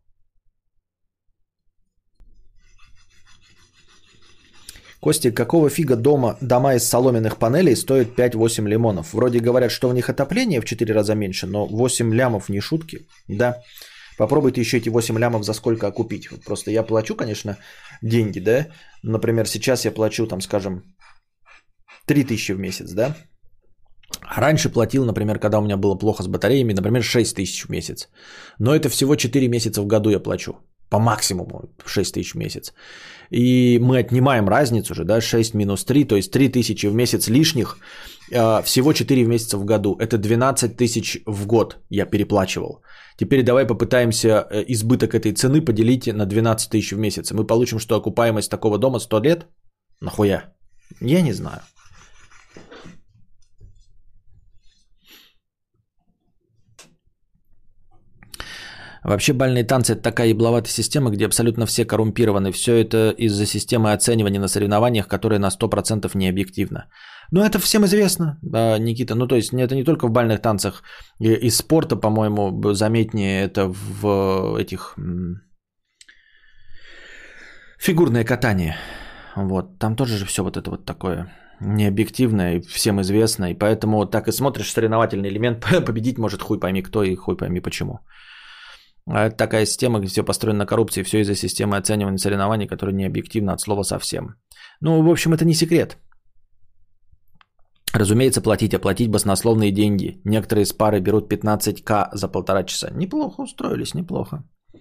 Костик, какого фига дома, дома из соломенных панелей стоят пять-восемь лимонов? Вроде говорят, что в них отопление в четыре раза меньше, но восемь лямов не шутки. Да, попробуйте еще эти восемь лямов за сколько окупить. Вот просто я плачу, конечно, деньги, да. Например, сейчас я плачу, там, скажем, три тысячи в месяц, да. А раньше платил, например, когда у меня было плохо с батареями, например, шесть тысяч в месяц. Но это всего четыре месяца в году я плачу. По максимуму шесть тысяч в месяц. И мы отнимаем разницу же, да, шесть минус три, то есть три тысячи в месяц лишних, всего четыре в месяц в году. Это двенадцать тысяч в год я переплачивал. Теперь давай попытаемся избыток этой цены поделить на двенадцать тысяч в месяц. Мы получим, что окупаемость такого дома сто лет? Нахуя? Я не знаю. Вообще бальные танцы – это такая ебловатая система, где абсолютно все коррумпированы. Все это из-за системы оценивания на соревнованиях, которая на сто процентов не объективна. Но это всем известно, Никита. Ну, то есть, это не только в бальных танцах. Из спорта, по-моему, заметнее это в этих... Фигурное катание. Вот. Там тоже же все вот это вот такое необъективное, всем известно. И поэтому так и смотришь соревновательный элемент. Победить может хуй пойми кто и хуй пойми почему. А это такая система, где все построено на коррупции, все из-за системы оценивания соревнований, которая не объективна от слова совсем. Ну, в общем, это не секрет. Разумеется, платить, оплатить баснословные деньги. Некоторые из пары берут пятнадцать тысяч за полтора часа. Неплохо устроились, неплохо.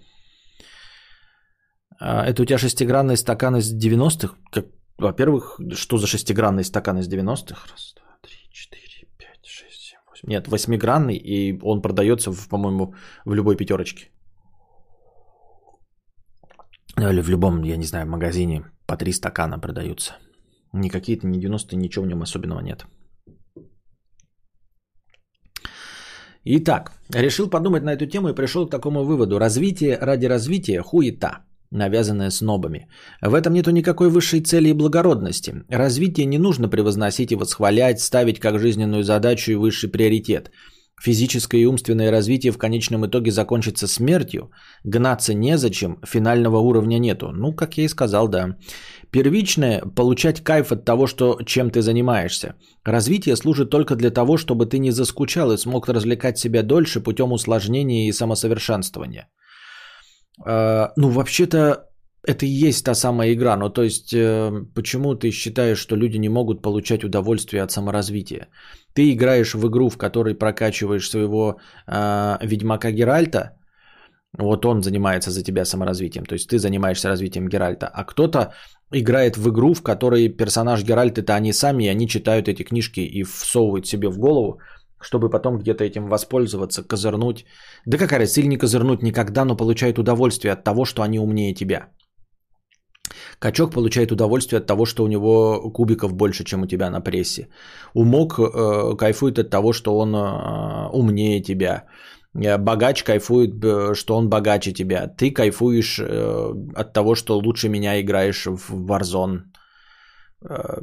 Это у тебя шестигранный стакан из девяностых? Как, во-первых, что за шестигранный стакан из девяностых? Раз, два, три, четыре, пять, шесть, семь, восемь. Нет, восьмигранный, и он продается, в, по-моему, в любой пятерочке. Или в любом, я не знаю, магазине по три стакана продаются. Не какие-то, не девяностые, ничего в нем особенного нет. Итак, решил подумать на эту тему и пришел к такому выводу. Развитие ради развития – хуета, навязанная снобами. В этом нету никакой высшей цели и благородности. Развитие не нужно превозносить и восхвалять, ставить как жизненную задачу и высший приоритет. Физическое и умственное развитие в конечном итоге закончится смертью. Гнаться незачем, финального уровня нету. Ну, как я и сказал, да. Первичное – получать кайф от того, что, чем ты занимаешься. Развитие служит только для того, чтобы ты не заскучал и смог развлекать себя дольше путем усложнения и самосовершенствования. Э, ну, вообще-то, это и есть та самая игра. Ну, то есть, э, почему ты считаешь, что люди не могут получать удовольствие от саморазвития? Ты играешь в игру, в которой прокачиваешь своего э, ведьмака Геральта. Вот он занимается за тебя саморазвитием. То есть ты занимаешься развитием Геральта. А кто-то играет в игру, в которой персонаж Геральт это они сами. И они читают эти книжки и всовывают себе в голову, чтобы потом где-то этим воспользоваться, козырнуть. Да какая разница, или не козырнуть никогда, но получают удовольствие от того, что они умнее тебя. Качок получает удовольствие от того, что у него кубиков больше, чем у тебя на прессе. Умок э, кайфует от того, что он э, умнее тебя. Богач кайфует, что он богаче тебя. Ты кайфуешь э, от того, что лучше меня играешь в Warzone. Э,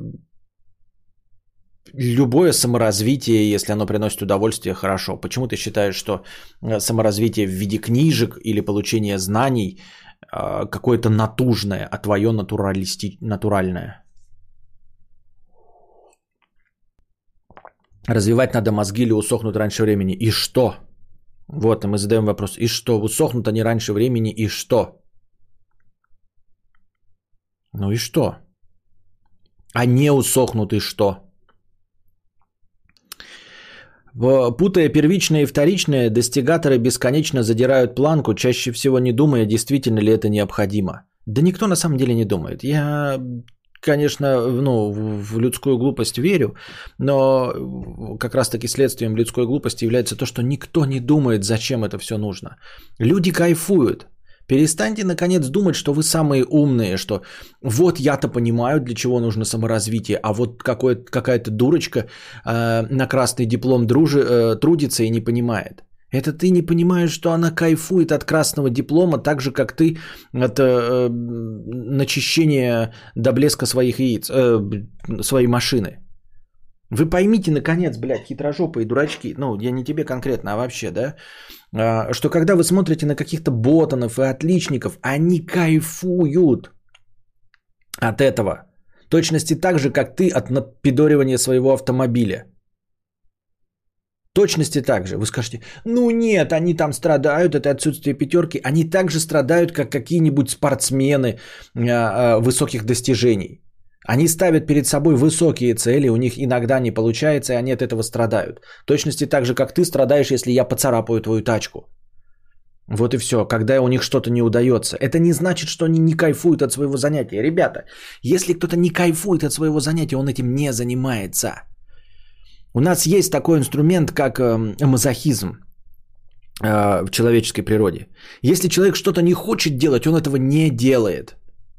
любое саморазвитие, если оно приносит удовольствие, хорошо. Почему ты считаешь, что саморазвитие в виде книжек или получение знаний какое-то натужное, а твое натуралисти... натуральное? Развивать надо мозги или усохнут раньше времени. И что? Вот, и мы задаем вопрос. И что? Усохнут они раньше времени, и что? Ну и что? А не усохнут, и что? Путая первичное и вторичное, достигаторы бесконечно задирают планку, чаще всего не думая, действительно ли это необходимо. Да никто на самом деле не думает. Я, конечно, ну, в людскую глупость верю, но как раз-таки следствием людской глупости является то, что никто не думает, зачем это все нужно. Люди кайфуют. Перестаньте, наконец, думать, что вы самые умные, что вот я-то понимаю, для чего нужно саморазвитие, а вот какая-то дурочка э, на красный диплом дружи, э, трудится и не понимает. Это ты не понимаешь, что она кайфует от красного диплома, так же, как ты от э, начищения до блеска своих яиц, э, своей машины. Вы поймите, наконец, блядь, хитрожопые дурачки, ну, я не тебе конкретно, а вообще, да, что когда вы смотрите на каких-то ботанов и отличников, они кайфуют от этого. В точности так же, как ты от напидоривания своего автомобиля. В точности так же. Вы скажете, ну нет, они там страдают, это отсутствие пятерки. Они также страдают, как какие-нибудь спортсмены высоких достижений. Они ставят перед собой высокие цели, у них иногда не получается, и они от этого страдают. В точности так же, как ты страдаешь, если я поцарапаю твою тачку. Вот и все, когда у них что-то не удается. Это не значит, что они не кайфуют от своего занятия. Ребята, если кто-то не кайфует от своего занятия, он этим не занимается. У нас есть такой инструмент, как э, мазохизм э, в человеческой природе. Если человек что-то не хочет делать, он этого не делает.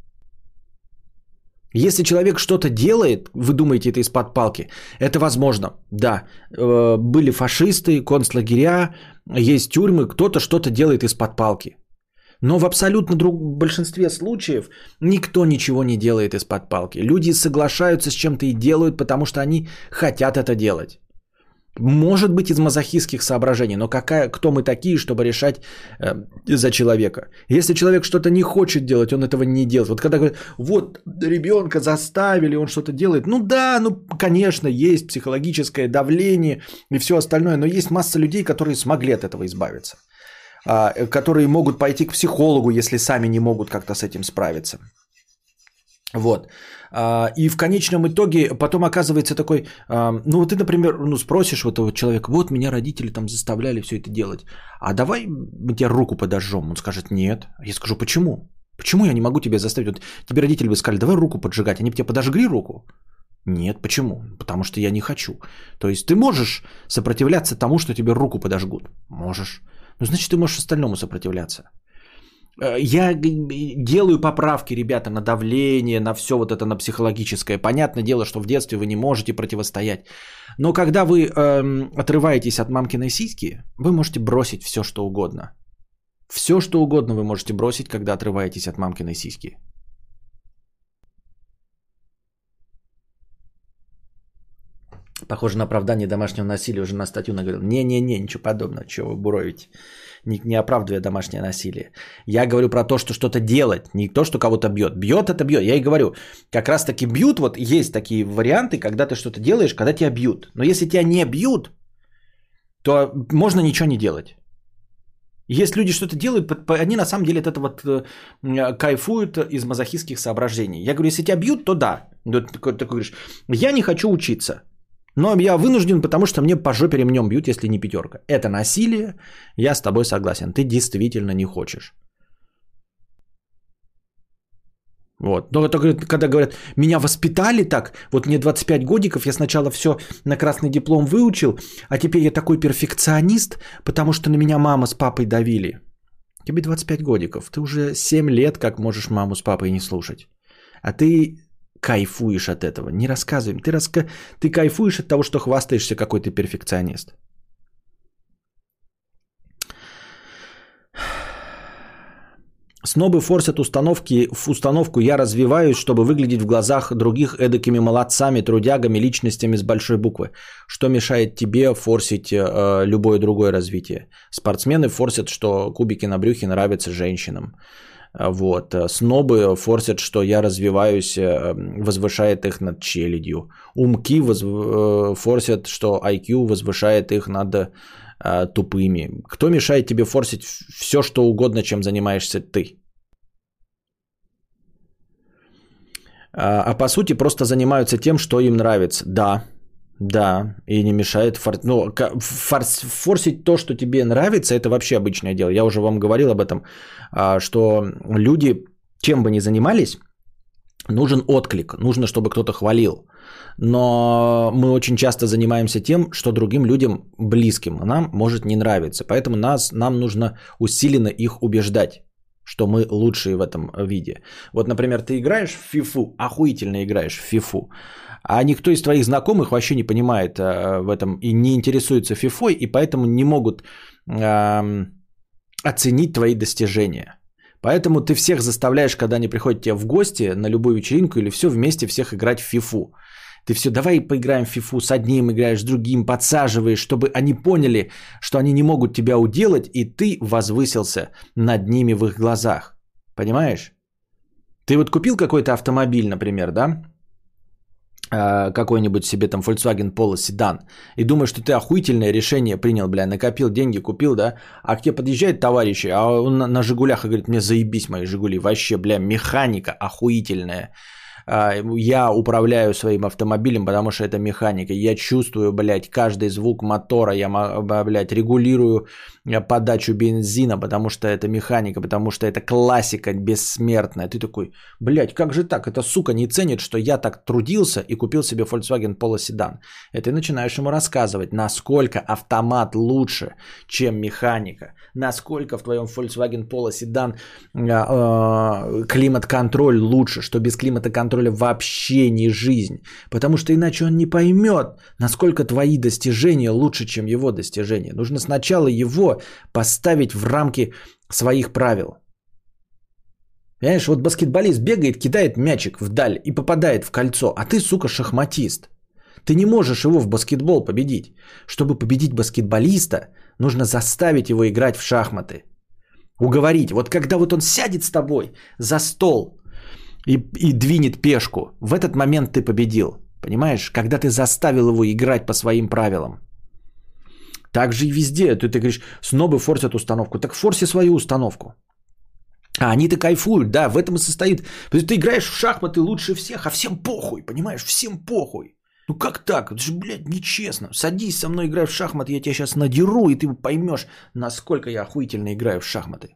Если человек что-то делает, вы думаете, это из-под палки, это возможно. Да, э, были фашисты, концлагеря, есть тюрьмы, кто-то что-то делает из-под палки. Но в абсолютно друг... большинстве случаев никто ничего не делает из-под палки. Люди соглашаются с чем-то и делают, потому что они хотят это делать. Может быть из мазохистских соображений, но какая, кто мы такие, чтобы решать э, за человека? Если человек что-то не хочет делать, он этого не делает. Вот когда говорят, вот ребенка заставили, он что-то делает. Ну да, ну конечно, есть психологическое давление и все остальное, но есть масса людей, которые смогли от этого избавиться. Которые могут пойти к психологу, если сами не могут как-то с этим справиться. Вот. И в конечном итоге потом оказывается такой, ну ты, например, ну, спросишь вот этого человека, вот меня родители там заставляли все это делать, а давай мы тебе руку подожжем. Он скажет, нет. Я скажу, почему? Почему я не могу тебя заставить? Вот тебе родители бы сказали, давай руку поджигать, они бы тебе подожгли руку? Нет, почему? Потому что я не хочу. То есть ты можешь сопротивляться тому, что тебе руку подожгут? Можешь. Ну, значит, ты можешь остальному сопротивляться. Я делаю поправки, ребята, на давление, на все вот это, на психологическое. Понятное дело, что в детстве вы не можете противостоять. Но когда вы эм, отрываетесь от мамкиной сиськи, вы можете бросить все, что угодно. Все, что угодно вы можете бросить, когда отрываетесь от мамкиной сиськи. Похоже на оправдание домашнего насилия. Уже на статью наговорил. Не-не-не, ничего подобного. Чего вы буровите? Не, не оправдывая домашнее насилие. Я говорю про то, что что-то делать. Не то, что кого-то бьет. Бьет это бьет. Я и говорю. Как раз таки бьют. Вот есть такие варианты, когда ты что-то делаешь, когда тебя бьют. Но если тебя не бьют, то можно ничего не делать. Если люди что-то делают, они на самом деле от этого вот кайфуют из мазохистских соображений. Я говорю, если тебя бьют, то да. Ты такой говоришь, я не хочу учиться. Но я вынужден, потому что мне по жопе ремнем бьют, если не пятерка. Это насилие, я с тобой согласен. Ты действительно не хочешь. Вот. Но это, когда говорят, меня воспитали так, вот мне двадцать пять годиков, я сначала все на красный диплом выучил, а теперь я такой перфекционист, потому что на меня мама с папой давили. Тебе двадцать пять годиков, ты уже семь лет как можешь маму с папой не слушать. А ты... кайфуешь от этого. Не рассказывай. Ты, раска... ты кайфуешь от того, что хвастаешься, какой ты перфекционист. Снобы форсят установки, в установку «я развиваюсь», чтобы выглядеть в глазах других эдакими молодцами, трудягами, личностями с большой буквы. Что мешает тебе форсить э, любое другое развитие? Спортсмены форсят, что кубики на брюхе нравятся женщинам. Вот. Снобы форсят, что я развиваюсь, возвышает их над челядью. Умки воз... форсят, что ай кью возвышает их над а, тупыми. Кто мешает тебе форсить все, что угодно, чем занимаешься ты? А, а по сути просто занимаются тем, что им нравится. Да, да, и не мешает фор... ну, форс... форсить то, что тебе нравится, это вообще обычное дело. Я уже вам говорил об этом, что люди, чем бы ни занимались, нужен отклик, нужно, чтобы кто-то хвалил. Но мы очень часто занимаемся тем, что другим людям близким нам может не нравиться. Поэтому нас, нам нужно усиленно их убеждать, что мы лучшие в этом виде. Вот, например, ты играешь в фифу, охуительно играешь в фифу, а никто из твоих знакомых вообще не понимает э, в этом и не интересуется фифой, и поэтому не могут э, оценить твои достижения. Поэтому ты всех заставляешь, когда они приходят тебе в гости на любую вечеринку или все, вместе всех играть в фифу. Ты все, давай поиграем в фифу, с одним играешь, с другим, подсаживаешь, чтобы они поняли, что они не могут тебя уделать, и ты возвысился над ними в их глазах. Понимаешь? Ты вот купил какой-то автомобиль, например, да? Какой-нибудь себе там Volkswagen Polo седан, и думаешь, что ты охуительное решение принял, бля, накопил деньги, купил, да, а к тебе подъезжают товарищи, а он на, на Жигулях и говорит, мне заебись мои Жигули, вообще, бля, механика охуительная, я управляю своим автомобилем, потому что это механика. Я чувствую, блядь, каждый звук мотора. Я, блядь, регулирую подачу бензина, потому что это механика, потому что это классика бессмертная. Ты такой, блядь, как же так? Эта сука не ценит, что я так трудился и купил себе Volkswagen Polo седан. И ты начинаешь ему рассказывать, насколько автомат лучше, чем механика. Насколько в твоем Volkswagen Polo седан э, климат-контроль лучше, что без климата-контроля вообще не жизнь. Потому что иначе он не поймет, насколько твои достижения лучше, чем его достижения. Нужно сначала его поставить в рамки своих правил. Понимаешь, вот баскетболист бегает, кидает мячик вдаль и попадает в кольцо, а ты, сука, шахматист. Ты не можешь его в баскетбол победить. Чтобы победить баскетболиста, нужно заставить его играть в шахматы. Уговорить. Вот когда вот он сядет с тобой за стол и, и двинет пешку, в этот момент ты победил. Понимаешь? Когда ты заставил его играть по своим правилам. Так же и везде. Ты, ты говоришь, снобы форсят установку. Так форси свою установку. А они-то кайфуют, да, в этом и состоит. Ты играешь в шахматы лучше всех, а всем похуй, понимаешь? Всем похуй. Ну как так? Это же, блядь, нечестно. Садись со мной, играй в шахматы, я тебя сейчас надеру, и ты поймешь, насколько я охуительно играю в шахматы.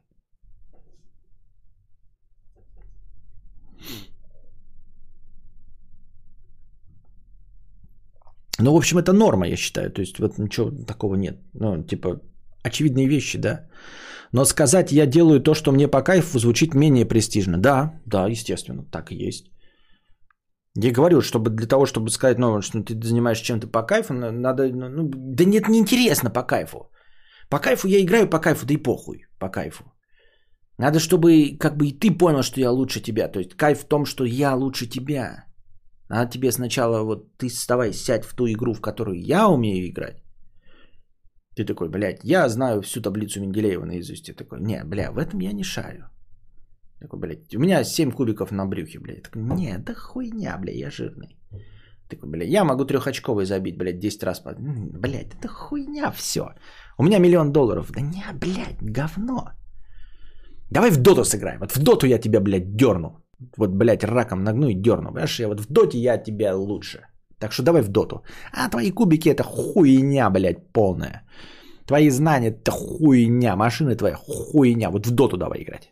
Ну, в общем, это норма, я считаю. То есть, вот ничего такого нет. Ну, типа, очевидные вещи, да. Но сказать, я делаю то, что мне по кайфу, звучит менее престижно. Да, да, естественно, так и есть. Я говорю, чтобы для того, чтобы сказать, ну, что ты занимаешься чем-то по кайфу, надо, ну, да нет, неинтересно по кайфу. По кайфу я играю по кайфу, да и похуй по кайфу. Надо, чтобы как бы и ты понял, что я лучше тебя. То есть кайф в том, что я лучше тебя. Надо тебе сначала вот ты вставай, сядь в ту игру, в которую я умею играть. Ты такой, блядь, я знаю всю таблицу Менделеева наизусть. Ты такой, не, бля, в этом я не шарю. Такой, блядь, у меня семь кубиков на брюхе, блядь. Такой, не, да хуйня, блядь, я жирный. Такой, блядь, я могу трехочковый забить, блядь, десять раз. Блядь, это хуйня все. У меня миллион долларов. Да не, блядь, говно. Давай в доту сыграем. Вот в доту я тебя, блядь, дерну. Вот, блядь, раком нагну и дерну. Понимаешь, я вот в доте я тебя лучше. Так что давай в доту. А твои кубики это хуйня, блядь, полная. Твои знания это хуйня. Машины твоя хуйня. Вот в доту давай играть.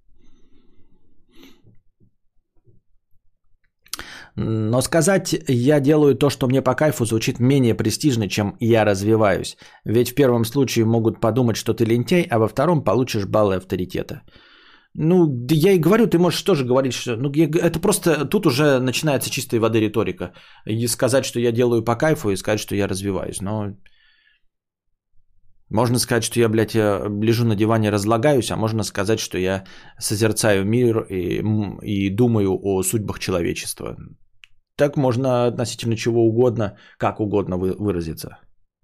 Но сказать, я делаю то, что мне по кайфу, звучит менее престижно, чем я развиваюсь. Ведь в первом случае могут подумать, что ты лентяй, а во втором получишь баллы авторитета. Ну, да я и говорю, ты можешь тоже говорить, что... Ну, я, это просто... Тут уже начинается чистой воды риторика. И сказать, что я делаю по кайфу, и сказать, что я развиваюсь. Но... Можно сказать, что я, блядь, лежу на диване, разлагаюсь, а можно сказать, что я созерцаю мир и, и думаю о судьбах человечества. Так можно относительно чего угодно, как угодно вы, выразиться.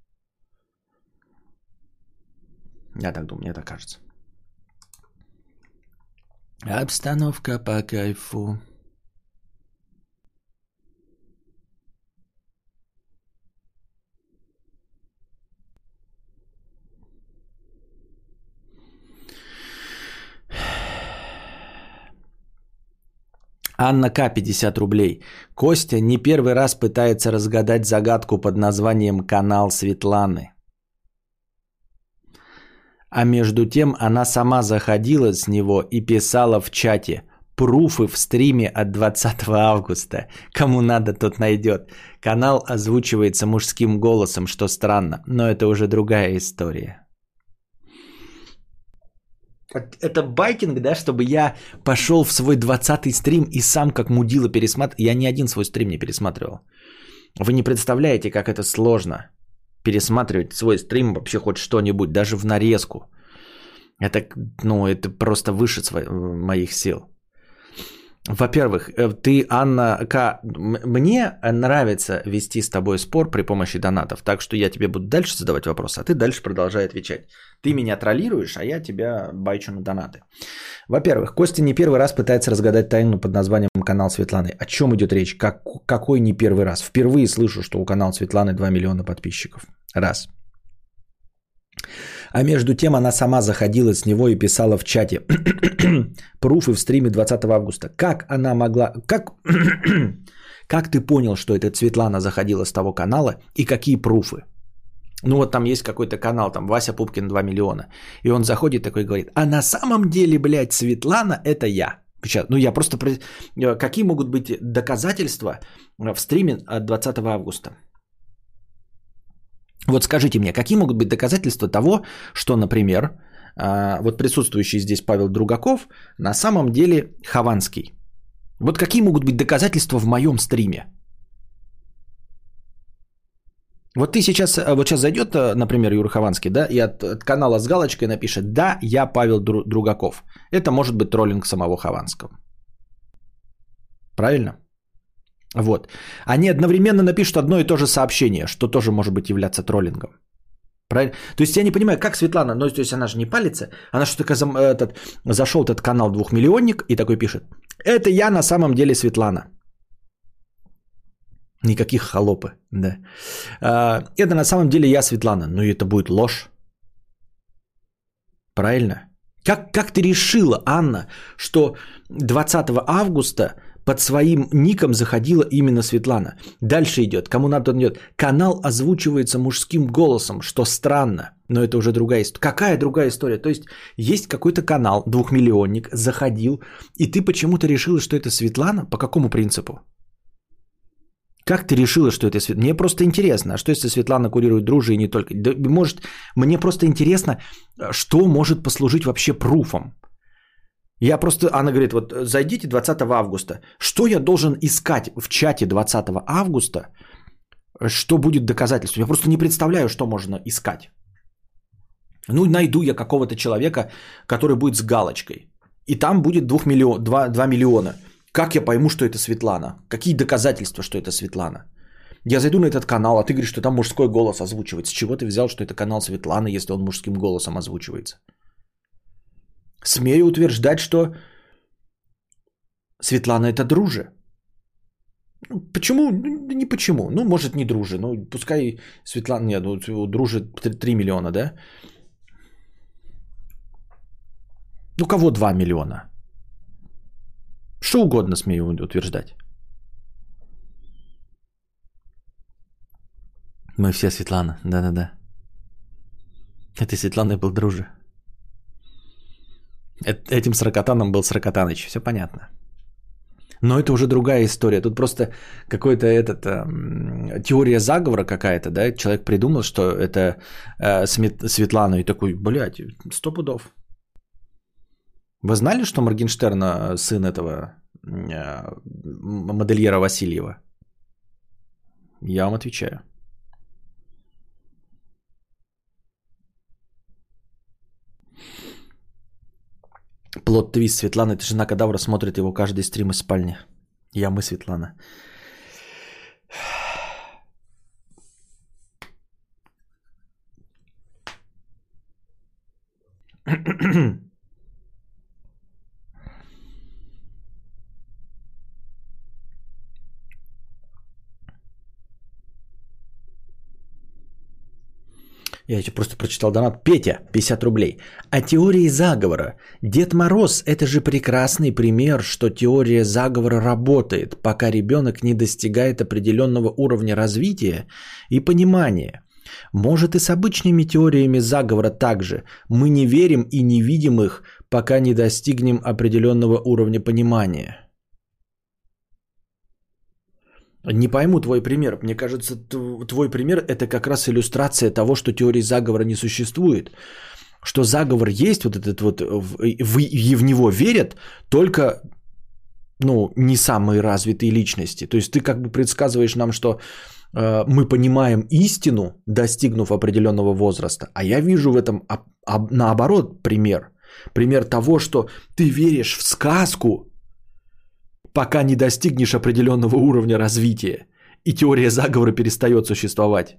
Я так думаю, мне так кажется. Обстановка по кайфу. Анна К. пятьдесят рублей. Костя не первый раз пытается разгадать загадку под названием «Канал Светланы». А между тем она сама заходила с него и писала в чате «Пруфы в стриме от двадцатого августа. Кому надо, тот найдет». Канал озвучивается мужским голосом, что странно, но это уже другая история. Это байкинг, да, чтобы я пошел в свой двадцатый стрим и сам как мудила пересматривал. Я ни один свой стрим не пересматривал. Вы не представляете, как это сложно. Пересматривать свой стрим, вообще хоть что-нибудь, даже в нарезку. Это, ну, это просто выше своих, моих сил. Во-первых, ты, Анна К., мне нравится вести с тобой спор при помощи донатов, так что я тебе буду дальше задавать вопросы, а ты дальше продолжай отвечать. Ты меня троллируешь, а я тебя байчу на донаты. Во-первых, Костя не первый раз пытается разгадать тайну под названием «Канал Светланы». О чем идет речь? Как, какой не первый раз? Впервые слышу, что у канала Светланы два миллиона подписчиков. Раз. А между тем она сама заходила с него и писала в чате пруфы в стриме двадцатого августа. Как она могла... Как... как ты понял, что это Светлана заходила с того канала и какие пруфы? Ну вот там есть какой-то канал, там Вася Пупкин два миллиона. И он заходит такой и говорит, а на самом деле, блядь, Светлана это я. Сейчас, ну я просто... Какие могут быть доказательства в стриме от двадцатого августа? Вот скажите мне, какие могут быть доказательства того, что, например, вот присутствующий здесь Павел Другаков на самом деле Хованский? Вот какие могут быть доказательства в моем стриме? Вот ты сейчас, вот сейчас зайдет, например, Юра Хованский, да, и от, от канала с галочкой напишет, да, я Павел Другаков. Это может быть троллинг самого Хованского. Правильно? Вот. Они одновременно напишут одно и то же сообщение, что тоже может быть являться троллингом. Правильно? То есть я не понимаю, как Светлана, ну то есть она же не палится, она что такая, этот, зашел этот канал двухмиллионник и такой пишет, это я на самом деле Светлана. Никаких холопы, да. Это на самом деле я Светлана, но это будет ложь. Правильно? Как, как ты решила, Анна, что двадцатого августа под своим ником заходила именно Светлана? Дальше идет, кому надо, он идет. Канал озвучивается мужским голосом, что странно, но это уже другая история. Какая другая история? То есть есть какой-то канал, двухмиллионник, заходил, и ты почему-то решила, что это Светлана? По какому принципу? Как ты решила, что это Светлана? Мне просто интересно, а что если Светлана курирует Дружи и не только? Да, может, мне просто интересно, что может послужить вообще пруфом. Я просто, она говорит, вот зайдите двадцатого августа. Что я должен искать в чате двадцатого августа, что будет доказательством? Я просто не представляю, что можно искать. Ну, найду я какого-то человека, который будет с галочкой. И там будет два миллиона. Как я пойму, что это Светлана? Какие доказательства, что это Светлана? Я зайду на этот канал, а ты говоришь, что там мужской голос озвучивается. С чего ты взял, что это канал Светланы, если он мужским голосом озвучивается? Смею утверждать, что Светлана это Друже. Почему? Не почему. Ну, может, не Друже. Ну, пускай Светлана... Нет, ну, у Друже три миллиона, да? Ну, кого два миллиона? Что угодно смею утверждать. Мы все Светлана, да-да-да. Этой Светланой был Друже. Этим Сорокотаном был Сорокотаныч, все понятно. Но это уже другая история. Тут просто какой-то этот, э, теория заговора какая-то, да? Человек придумал, что это э, Светлана и такой, блядь, сто пудов. Вы знали, что Моргенштерна сын этого э, модельера Васильева? Я вам отвечаю. Плот-твист. Светлана, это жена кадавра, смотрит его каждый стрим из спальни. Я, мы, Светлана. Я еще просто прочитал донат. Петя, пятьдесят рублей. О теории заговора. Дед Мороз – это же прекрасный пример, что теория заговора работает, пока ребенок не достигает определенного уровня развития и понимания. Может и с обычными теориями заговора также. Мы не верим и не видим их, пока не достигнем определенного уровня понимания. Не пойму твой пример. Мне кажется, твой пример – это как раз иллюстрация того, что теории заговора не существует. Что заговор есть, вот этот вот, и в него верят только, ну, не самые развитые личности. То есть ты как бы предсказываешь нам, что э, мы понимаем истину, достигнув определенного возраста. А я вижу в этом а, а, наоборот пример. Пример того, что ты веришь в сказку, пока не достигнешь определенного уровня развития, и теория заговора перестает существовать.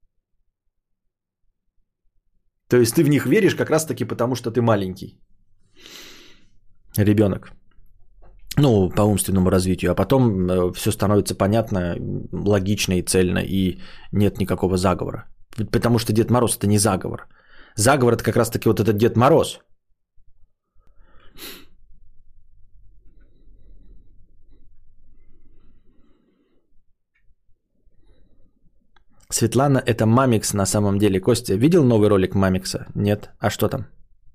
То есть ты в них веришь как раз-таки потому, что ты маленький ребенок. Ну, по умственному развитию. А потом все становится понятно, логично и цельно, и нет никакого заговора. Потому что Дед Мороз – это не заговор. Заговор – это как раз-таки вот этот Дед Мороз. Светлана – это Мамикс на самом деле. Костя, видел новый ролик Мамикса? Нет? А что там?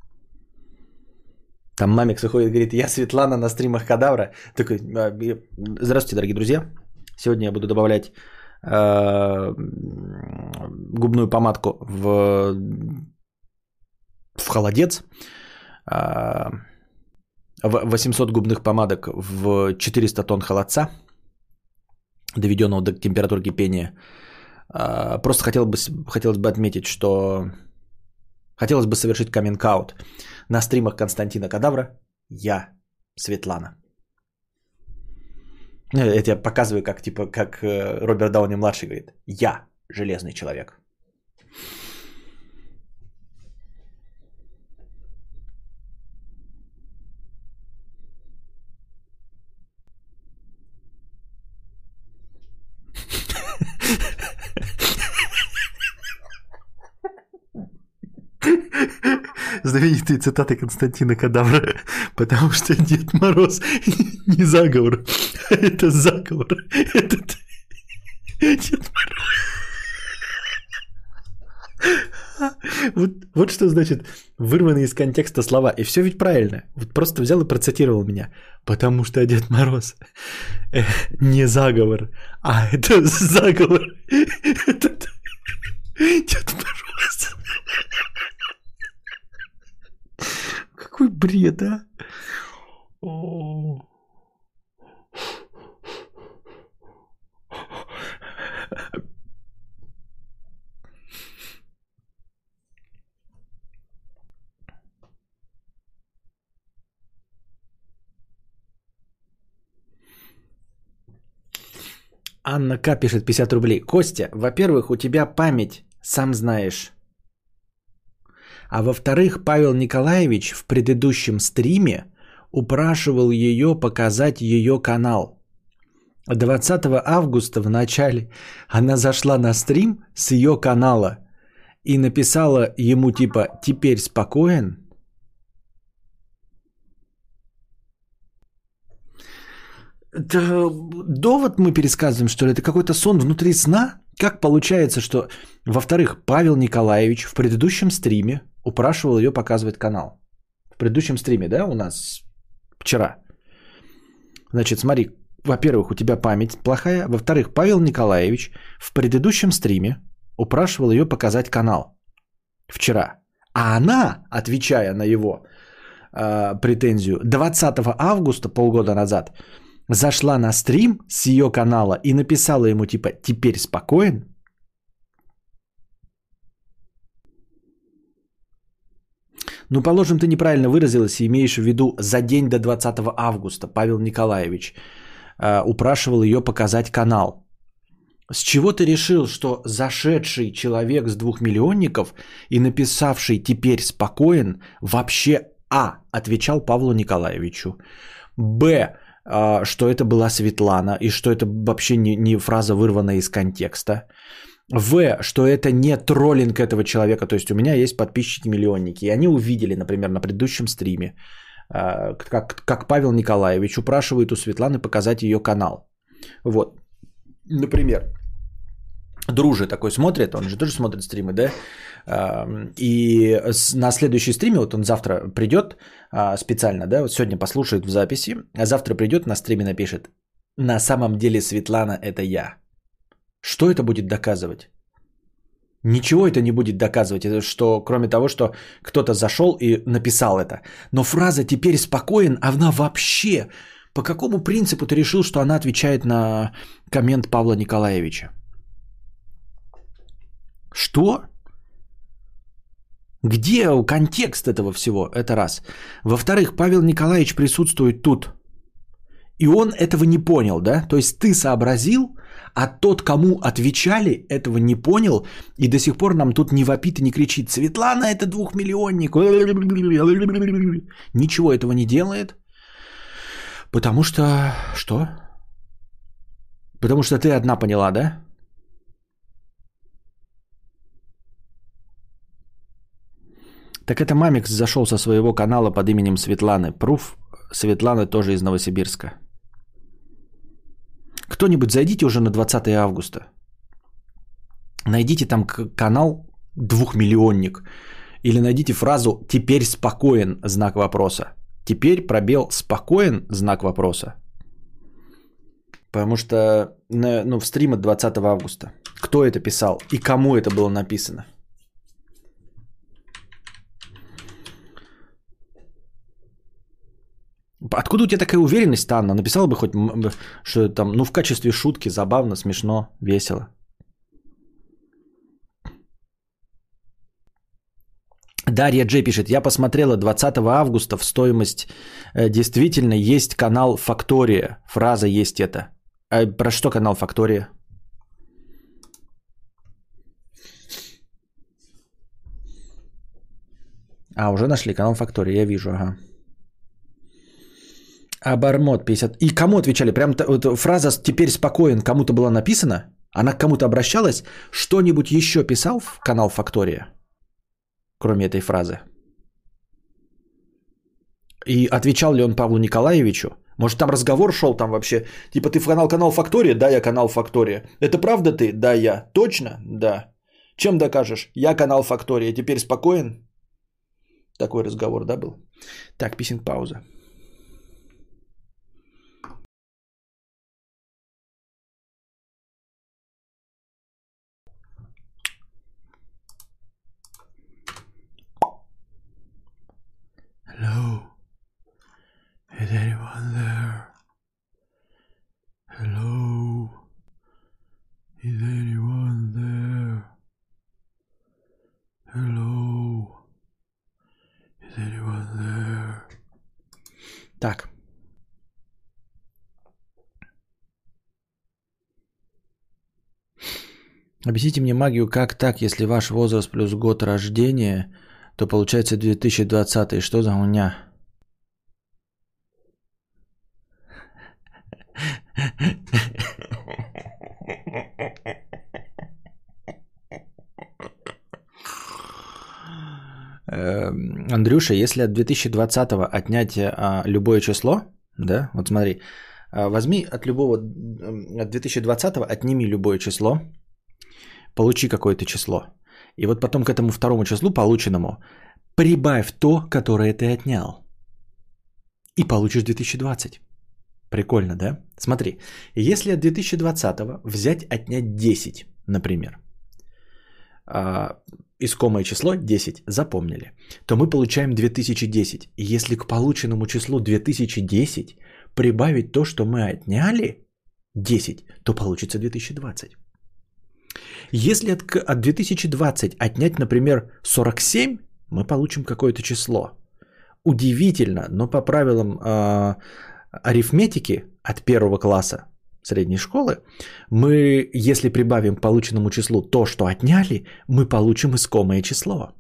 Там Мамикс выходит и говорит, я Светлана на стримах Кадавра. Такой, здравствуйте, дорогие друзья. Сегодня я буду добавлять э, губную помадку в, в холодец. Э, восемьсот губных помадок в четыреста тонн холодца, доведенного до температуры кипения. Э, просто хотел бы, хотелось бы отметить, что хотелось бы совершить каминг-аут. На стримах Константина Кадавра я Светлана. Это я показываю, как, типа, как Роберт Дауни-младший говорит. Я Железный человек. Знаменитые цитаты Константина Кадавра. Потому что Дед Мороз не заговор, а это заговор. Этот Дед Мороз. Вот, вот что значит вырванные из контекста слова. И все ведь правильно. Вот просто взял и процитировал меня. Потому что Дед Мороз не заговор, а это заговор. Этот Дед Мороз. Какой бред, а? О. Анна К. пишет пятьдесят рублей. Костя, во-первых, у тебя память, сам знаешь. А во-вторых, Павел Николаевич в предыдущем стриме упрашивал ее показать ее канал. двадцатого августа в начале она зашла на стрим с ее канала и написала ему типа «Теперь спокоен». Это довод мы пересказываем, что ли? Это какой-то сон внутри сна? Как получается, что, во-вторых, Павел Николаевич в предыдущем стриме упрашивал ее показывать канал? В предыдущем стриме, да, у нас вчера. Значит, смотри, во-первых, у тебя память плохая. Во-вторых, Павел Николаевич в предыдущем стриме упрашивал ее показать канал вчера. А она, отвечая на его э, претензию, двадцатого августа, полгода назад, зашла на стрим с ее канала и написала ему типа «Теперь спокоен». Ну, положим, ты неправильно выразилась и имеешь в виду за день до двадцатого августа Павел Николаевич э, упрашивал ее показать канал. С чего ты решил, что зашедший человек с двухмиллионников и написавший «Теперь спокоен» вообще а. отвечал Павлу Николаевичу, б. что это была Светлана, и что это вообще не, не фраза, вырванная из контекста. В, что это не троллинг этого человека, то есть у меня есть подписчики-миллионники, и они увидели, например, на предыдущем стриме, как, как Павел Николаевич упрашивает у Светланы показать ее канал. Вот, например, Друже такой смотрит, он же тоже смотрит стримы, да, и на следующий стриме, вот он завтра придет специально, да, вот сегодня послушает в записи, а завтра придет на стриме напишет: на самом деле Светлана это я. Что это будет доказывать? Ничего это не будет доказывать, это что, кроме того, что кто-то зашел и написал это. Но фраза «теперь спокоен», она вообще, по какому принципу ты решил, что она отвечает на коммент Павла Николаевича? Что? Где контекст этого всего? Это раз. Во-вторых, Павел Николаевич присутствует тут. И он этого не понял, да? То есть ты сообразил, а тот, кому отвечали, этого не понял. И до сих пор нам тут не вопит и не кричит: Светлана, это двухмиллионник. Ничего этого не делает. Потому что... Что? Потому что ты одна поняла, да? Так это Мамикс зашел со своего канала под именем Светланы. Пруф, Светлана тоже из Новосибирска. Кто-нибудь зайдите уже на двадцатое августа. Найдите там канал двухмиллионник. Или найдите фразу «теперь спокоен» знак вопроса. Теперь пробел «спокоен» знак вопроса. Потому что ну, в стрим от двадцатого августа. Кто это писал и кому это было написано? Откуда у тебя такая уверенность, Анна? Написала бы хоть, что там, ну, в качестве шутки, забавно, смешно, весело. Дарья Джей пишет, я посмотрела двадцатого августа в стоимость э, действительно есть канал Фактория. Фраза есть это. А про что канал Фактория? А, уже нашли канал Фактория, я вижу, ага. Абармот пятьдесят. И кому отвечали? Прям вот, фраза «теперь спокоен» кому-то была написана? Она к кому-то обращалась? Что-нибудь еще писал в канал Фактория? Кроме этой фразы. И отвечал ли он Павлу Николаевичу? Может, там разговор шел там вообще? Типа, ты в канал канал Фактория? Да, я канал Фактория. Это правда ты? Да, я. Точно? Да. Чем докажешь? Я канал Фактория. Теперь спокоен? Такой разговор, да, был? Так, писинг пауза. Hello. Is anyone there? Hello. Is anyone there? Hello. Is anyone there? Так. Объясните мне магию, как так, если ваш возраст плюс год рождения, то получается две тысячи двадцатый. Что за хуйня? Андрюша, если от две тысячи двадцатого отнять а, любое число, да, вот смотри, а, возьми от любого, от две тысячи двадцатого отними любое число, получи какое-то число, и вот потом к этому второму числу полученному прибавь то, которое ты отнял, и получишь две тысячи двадцать. Прикольно, да? Смотри, если от две тысячи двадцатого взять, отнять десять, например, а, искомое число десять, запомнили, то мы получаем две тысячи десять. И если к полученному числу две тысячи десять прибавить то, что мы отняли, десять, то получится две тысячи двадцать. Если от, от две тысячи двадцать отнять, например, сорок семь, мы получим какое-то число. Удивительно, но по правилам э, арифметики от первого класса средней школы, мы, если прибавим к полученному числу то, что отняли, мы получим искомое число.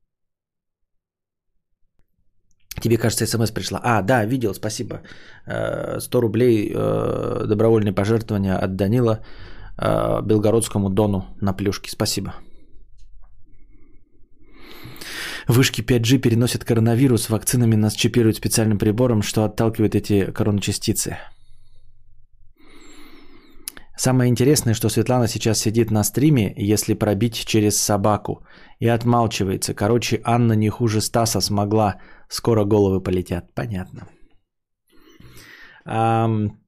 Тебе, кажется, смс пришла. А, да, видел, спасибо. сто рублей добровольное пожертвование от Данила Белгородскому Дону на плюшки. Спасибо. Вышки пять джи переносят коронавирус. Вакцинами нас чипируют специальным прибором, что отталкивает эти короночастицы. Самое интересное, что Светлана сейчас сидит на стриме, если пробить через собаку, и отмалчивается. Короче, Анна не хуже Стаса смогла. Скоро головы полетят. Понятно. Ам...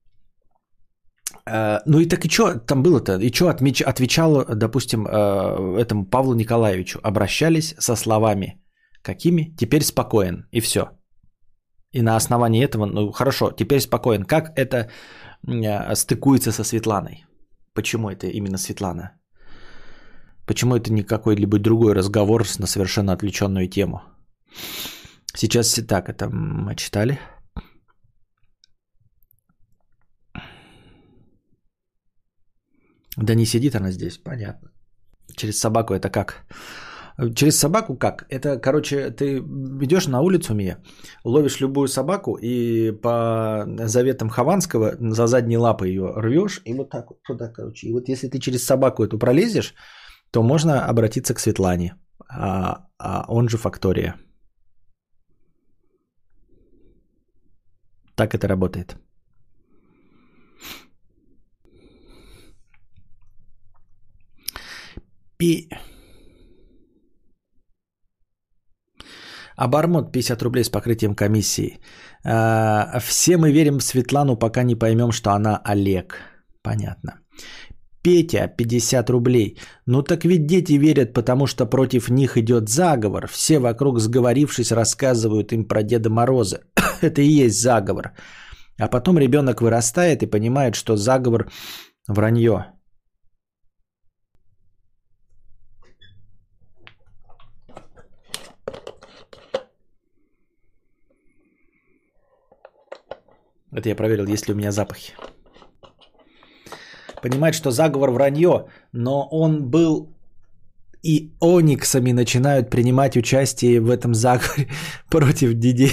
А, ну и так и что там было-то? И что отмеч... отвечал, допустим, этому Павлу Николаевичу? Обращались со словами. Какими? Теперь спокоен. И все. И на основании этого, ну хорошо, теперь спокоен. Как это стыкуется со Светланой? Почему это именно Светлана? Почему это не какой-либо другой разговор на совершенно отвлеченную тему? Сейчас так, это мы читали. Да не сидит она здесь, понятно. Через собаку это как? Через собаку как? Это, короче, ты идешь на улицу, Мия, ловишь любую собаку и по заветам Хованского за задние лапы ее рвешь и вот так вот туда, короче. И вот если ты через собаку эту пролезешь, то можно обратиться к Светлане. а, а он же фактория. Так это работает. Пи... Обормот пятьдесят рублей с покрытием комиссии. А, все мы верим в Светлану, пока не поймем, что она Олег. Понятно. Петя, пятьдесят рублей. Ну так ведь дети верят, потому что против них идет заговор. Все вокруг, сговорившись, рассказывают им про Деда Мороза. Это и есть заговор. А потом ребенок вырастает и понимает, что заговор вранье. Это я проверил, есть ли у меня запахи. Понимает, что заговор вранье, но он был и ониксами начинают принимать участие в этом заговоре против детей.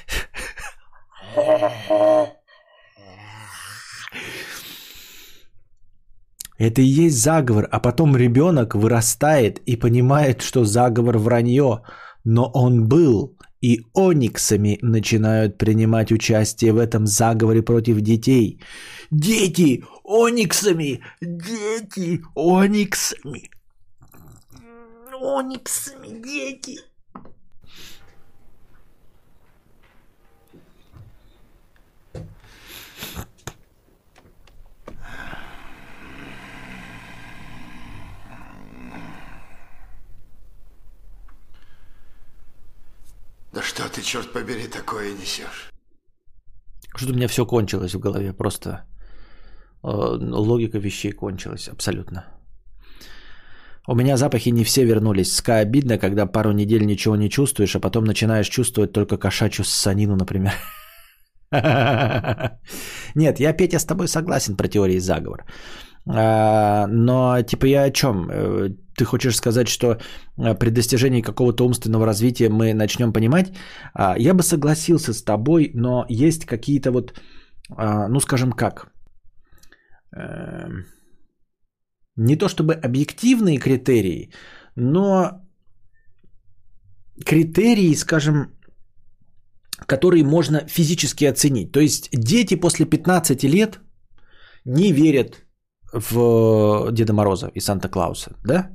Это и есть заговор, а потом ребенок вырастает и понимает, что заговор вранье, но он был. И ониксами начинают принимать участие в этом заговоре против детей. Дети! Ониксами! Дети! Ониксами! Ониксами! Дети! Да что ты, черт побери, такое несешь? Что-то у меня все кончилось в голове. Просто э, логика вещей кончилась абсолютно. У меня запахи не все вернулись. Ска обидно, когда пару недель ничего не чувствуешь, а потом начинаешь чувствовать только кошачью ссанину, например. Нет, я, Петя, с тобой согласен про теории заговора. Но типа я о чем? Ты хочешь сказать, что при достижении какого-то умственного развития мы начнем понимать? Я бы согласился с тобой, но есть какие-то вот, ну скажем как, не то чтобы объективные критерии, но критерии, скажем, которые можно физически оценить. То есть дети после пятнадцати лет не верят в Деда Мороза и Санта-Клауса, да?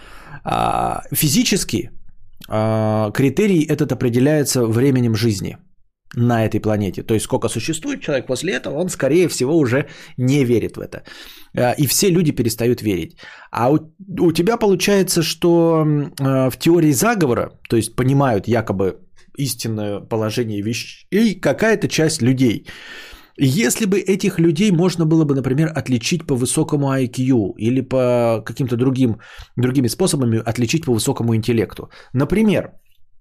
А физически а, критерий этот определяется временем жизни на этой планете. То есть сколько существует человек после этого, он, скорее всего, уже не верит в это. А, и все люди перестают верить. А у, у тебя получается, что а, в теории заговора, то есть понимают якобы истинное положение вещей, какая-то часть людей. Если бы этих людей можно было бы, например, отличить по высокому ай кью или по каким-то другим, другими способами отличить по высокому интеллекту. Например,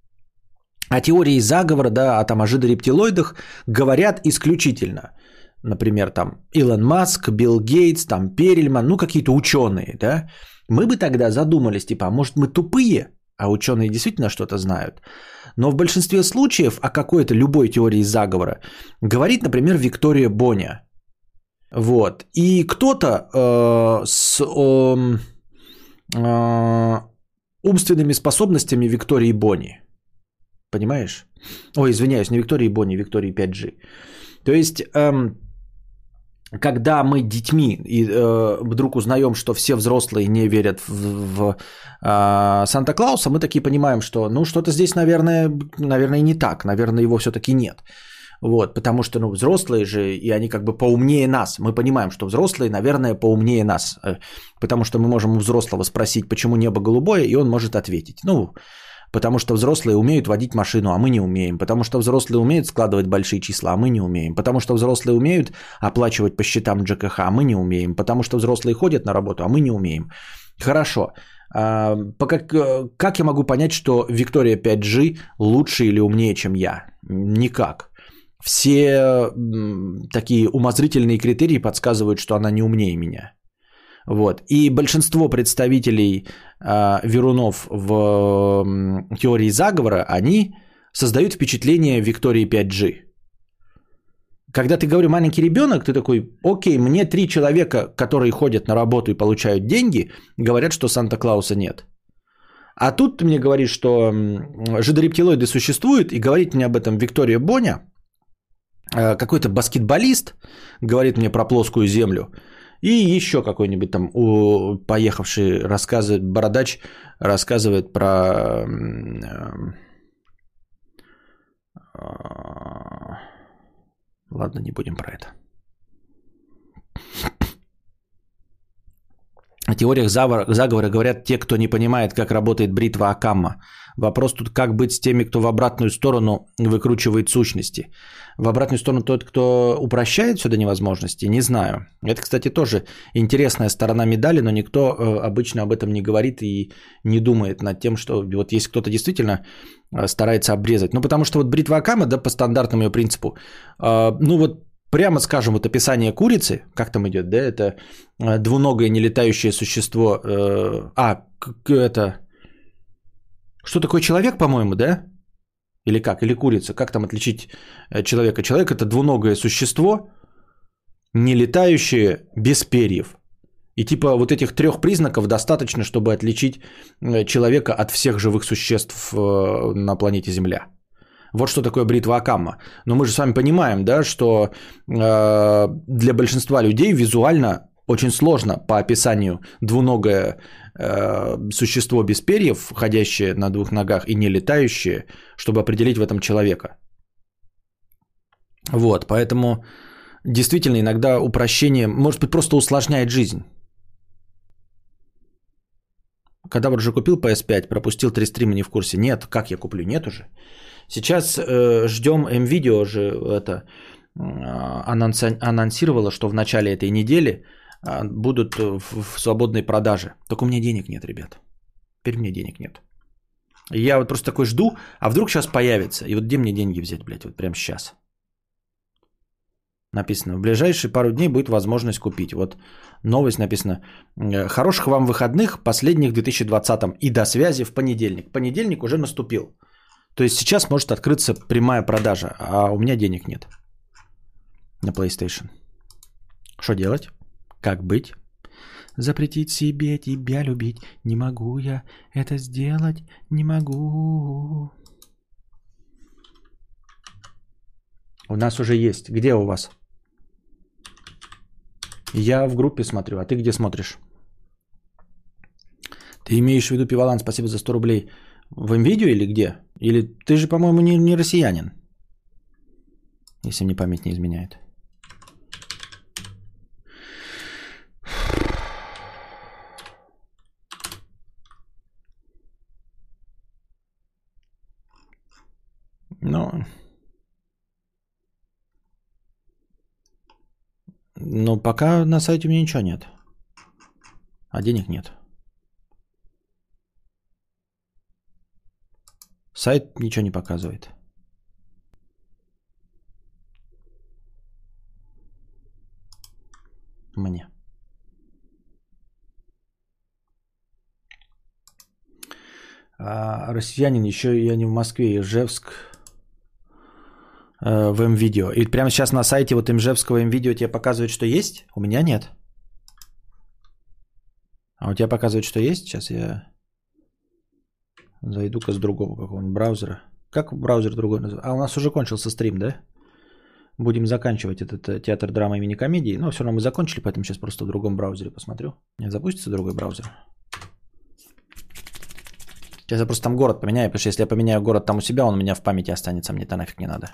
о теории заговора, да, о, там, о жидорептилоидах говорят исключительно, например, там Илон Маск, Билл Гейтс, там Перельман, ну какие-то ученые, да. Мы бы тогда задумались, типа, а может мы тупые, а ученые действительно что-то знают. Но в большинстве случаев о какой-то любой теории заговора говорит, например, Виктория Боня. Вот. И кто-то э, с э, э, умственными способностями Виктории Бони. Понимаешь? Ой, извиняюсь, не Виктории Бони, Виктории пять джи. То есть, э, когда мы детьми и, э, вдруг узнаем, что все взрослые не верят в, в э, Санта-Клауса, мы такие понимаем, что ну что-то здесь, наверное, наверное, не так, наверное, его все-таки нет. Вот, потому что ну, взрослые же, и они как бы поумнее нас. Мы понимаем, что взрослые, наверное, поумнее нас. Потому что мы можем у взрослого спросить, почему небо голубое, и он может ответить. Ну, потому что взрослые умеют водить машину, а мы не умеем. Потому что взрослые умеют складывать большие числа, а мы не умеем. Потому что взрослые умеют оплачивать по счетам джэ ка ха, а мы не умеем. Потому что взрослые ходят на работу, а мы не умеем. Хорошо. А, как, как я могу понять, что Виктория пять джи лучше или умнее, чем я? Никак. Все такие умозрительные критерии подсказывают, что она не умнее меня. Вот. И большинство представителей э, верунов в э, теории заговора, они создают впечатление Виктории пять джи. Когда ты говоришь маленький ребенок, ты такой, окей, мне три человека, которые ходят на работу и получают деньги, говорят, что Санта-Клауса нет. А тут ты мне говоришь, что жидорептилоиды существуют, и говорит мне об этом Виктория Боня, какой-то баскетболист, говорит мне про плоскую землю, и еще какой-нибудь там поехавший рассказывает, бородач рассказывает про... Ладно, не будем про это. О теориях заговора говорят те, кто не понимает, как работает бритва Окамма. Вопрос тут, как быть с теми, кто в обратную сторону выкручивает сущности. В обратную сторону тот, кто упрощает все до невозможности, не знаю. Это, кстати, тоже интересная сторона медали, но никто обычно об этом не говорит и не думает над тем, что вот если кто-то действительно старается обрезать. Ну, потому что вот бритва Окамма, да, по стандартному ее принципу, ну вот прямо скажем, вот описание курицы, как там идет, да, это двуногое нелетающее существо, э, а, это, что такое человек, по-моему, да? Или как, или курица, как там отличить человека? Человек – это двуногое существо, нелетающее, без перьев. И типа вот этих трех признаков достаточно, чтобы отличить человека от всех живых существ на планете Земля. Вот что такое бритва Окамма. Но мы же с вами понимаем, да, что э, для большинства людей визуально очень сложно по описанию двуногое э, существо без перьев, ходящее на двух ногах и не летающее, чтобы определить в этом человека. Вот, поэтому действительно иногда упрощение, может быть, просто усложняет жизнь. Когда вот уже купил пи эс пять, пропустил три стрима, не в курсе. Нет, как я куплю? Нет уже. Сейчас э, ждем, МВидео же это э, анонси- анонсировало, что в начале этой недели э, будут в, в свободной продаже. Только у меня денег нет, ребят. Теперь мне денег нет. Я вот просто такой жду, а вдруг сейчас появится. И вот где мне деньги взять, блядь, вот прямо сейчас? Написано, в ближайшие пару дней будет возможность купить. Вот новость написана. Хороших вам выходных, последних в две тысячи двадцатом. И до связи в понедельник. Понедельник уже наступил. То есть сейчас может открыться прямая продажа, а у меня денег нет на PlayStation. Что делать? Как быть? Запретить себе тебя любить. Не могу я это сделать. Не могу. У нас уже есть. Где у вас? Я в группе смотрю, а ты где смотришь? Ты имеешь в виду, Пивалан, спасибо за сто рублей. В МВидео или где? Или ты же, по-моему, не, не россиянин, если мне память не изменяет. Ну, но пока на сайте у меня ничего нет, а денег нет. Сайт ничего не показывает. Мне. А, россиянин, еще я не в Москве, Ижевск, э, в МВидео. И прямо сейчас на сайте вот Ижевского МВидео тебе показывает, что есть? У меня нет. А у тебя показывает, что есть? Сейчас я... Зайду-ка с другого какого-нибудь браузера. Как браузер другой называется? А у нас уже кончился стрим, да? Будем заканчивать этот театр драмы имени комедии. Но все равно мы закончили, поэтому сейчас просто в другом браузере посмотрю. Не запустится другой браузер? Сейчас я просто там город поменяю, потому что если я поменяю город там у себя, он у меня в памяти останется. Мне это нафиг не надо.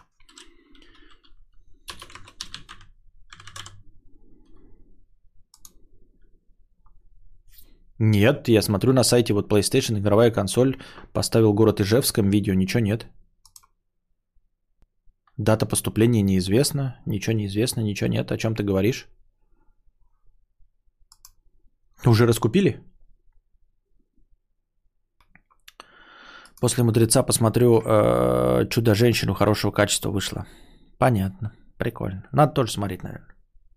Нет, я смотрю на сайте вот PlayStation, игровая консоль, поставил город Ижевском, видео, ничего нет. Дата поступления неизвестна, ничего не известно, ничего нет. О чем ты говоришь? Уже раскупили? После «Мудреца» посмотрю э, «Чудо-женщину» хорошего качества вышло. Понятно, прикольно. Надо тоже смотреть, наверное.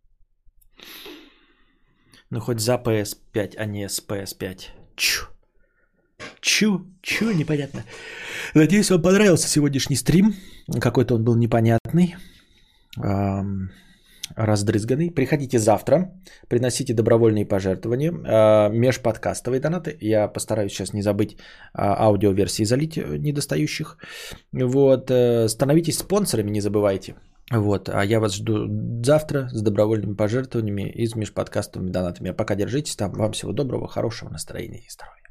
Ну, хоть за пи эс пять, а не с пи эс пять. Чу. Чу, чу, непонятно. Надеюсь, вам понравился сегодняшний стрим. Какой-то он был непонятный. раздрызганный. Приходите завтра, приносите добровольные пожертвования, межподкастовые донаты. Я постараюсь сейчас не забыть аудиоверсии залить недостающих. Вот. Становитесь спонсорами, не забывайте. Вот. А я вас жду завтра с добровольными пожертвованиями и с межподкастовыми донатами. А пока держитесь там. Вам всего доброго, хорошего настроения и здоровья.